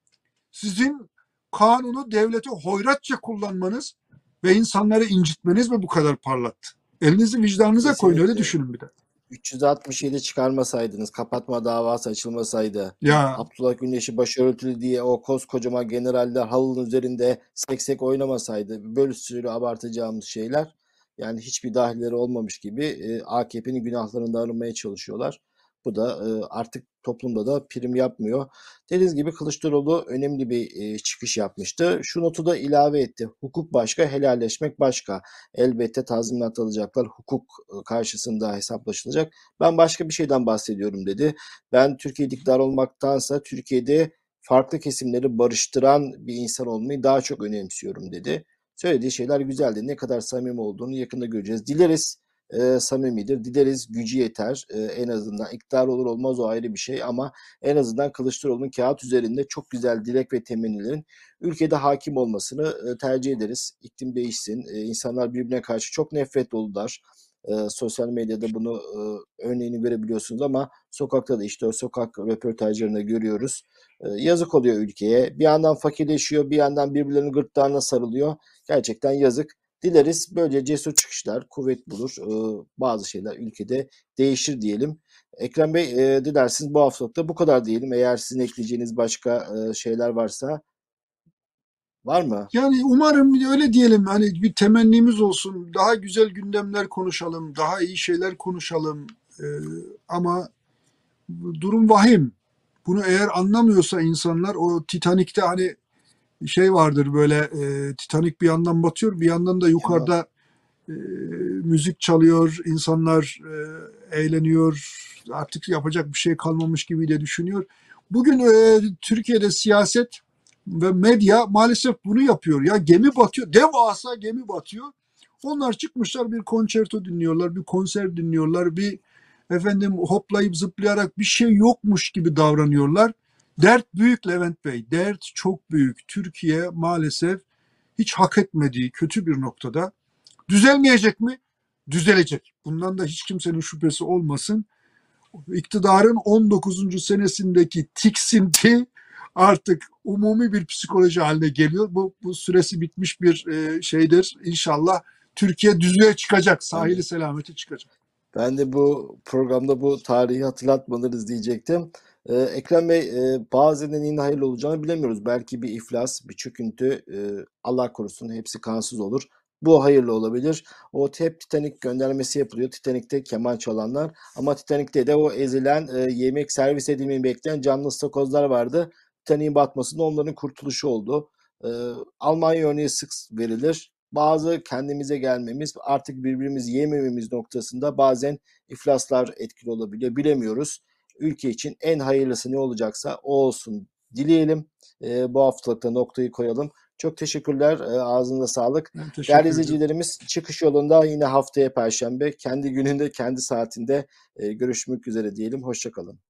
Sizin kanunu, devleti hoyratça kullanmanız ve insanları incitmeniz mi bu kadar parlattı? Elinizi vicdanınıza koyun, öyle Kesinlikle. düşünün bir de. üç yüz altmış yedi çıkarmasaydınız, kapatma davası açılmasaydı, Ya Abdullah Güneş'i başörtülü diye o koskocaman generaller halının üzerinde seksek oynamasaydı, böyle sürü abartacağımız şeyler, yani hiçbir dahilleri olmamış gibi e, A K P'nin günahlarını arınmaya çalışıyorlar. Bu da e, artık toplumda da prim yapmıyor. Dediğiniz gibi Kılıçdaroğlu önemli bir e, çıkış yapmıştı. Şu notu da ilave etti. Hukuk başka, helalleşmek başka. Elbette tazminat alacaklar. Hukuk e, karşısında hesaplaşılacak. Ben başka bir şeyden bahsediyorum dedi. Ben Türkiye iktidar olmaktansa Türkiye'de farklı kesimleri barıştıran bir insan olmayı daha çok önemsiyorum dedi. Söylediği şeyler güzeldi. Ne kadar samimi olduğunu yakında göreceğiz. Dileriz e, samimidir. Dileriz gücü yeter. E, en azından iktidar olur olmaz o ayrı bir şey ama en azından Kılıçdaroğlu'nun kağıt üzerinde çok güzel dilek ve temennilerin ülkede hakim olmasını e, tercih ederiz. İklim değişsin. E, insanlar birbirine karşı çok nefret dolular. E, sosyal medyada bunu e, örneğini görebiliyorsunuz ama sokakta da işte o sokak röportajlarında görüyoruz. E, yazık oluyor ülkeye. Bir yandan fakirleşiyor, bir yandan birbirlerinin gırtlağına sarılıyor. Gerçekten yazık. Dileriz böyle cesur çıkışlar kuvvet bulur. E, bazı şeyler ülkede değişir diyelim. Ekrem Bey, e, dilerseniz bu haftalıkta bu kadar diyelim. Eğer sizin ekleyeceğiniz başka e, şeyler varsa var mı? yani umarım öyle diyelim, hani bir temennimiz olsun. Daha güzel gündemler konuşalım, daha iyi şeyler konuşalım. Ee, ama durum vahim. Bunu eğer anlamıyorsa insanlar, o Titanik'te hani şey vardır böyle, e, Titanik bir yandan batıyor, bir yandan da Kemal. yukarıda e, müzik çalıyor, insanlar e, eğleniyor, artık yapacak bir şey kalmamış gibi de düşünüyor. Bugün e, Türkiye'de siyaset ve medya maalesef bunu yapıyor. Ya gemi batıyor, devasa gemi batıyor. Onlar çıkmışlar, bir konçerto dinliyorlar, bir konser dinliyorlar, bir efendim hoplayıp zıplayarak bir şey yokmuş gibi davranıyorlar. Dert büyük Levent Bey, dert çok büyük. Türkiye maalesef hiç hak etmediği kötü bir noktada. Düzelmeyecek mi? Düzelecek. Bundan da hiç kimsenin şüphesi olmasın. İktidarın on dokuzuncu senesindeki tiksinti artık umumi bir psikoloji haline geliyor. Bu, bu süresi bitmiş bir e, şeydir. İnşallah Türkiye düzlüğe çıkacak, Ben sahili de, selameti çıkacak. ben de bu programda bu tarihi hatırlatmanız diyecektim. Ee, Ekrem Bey, e, bazen neyin hayırlı olacağını bilemiyoruz. Belki bir iflas, bir çöküntü, e, Allah korusun hepsi kansız olur. Bu hayırlı olabilir. O hep Titanic göndermesi yapılıyor. Titanic'te keman çalanlar. Ama Titanic'te de o ezilen, e, yemek servis edilmeyi bekleyen canlı ıstakozlar vardı. Titanic'in batmasında onların kurtuluşu oldu. E, Almanya örneği sık verilir. Bazı kendimize gelmemiz, artık birbirimizi yemememiz noktasında bazen iflaslar etkili olabiliyor. Bilemiyoruz. Ülke için en hayırlısı ne olacaksa o olsun dileyelim. E, bu haftalıkta noktayı koyalım. Çok teşekkürler. E, ağzınıza sağlık. Ben Değerli teşekkür ederim. izleyicilerimiz, çıkış yolunda yine haftaya Perşembe kendi gününde kendi saatinde e, görüşmek üzere diyelim. Hoşça kalın.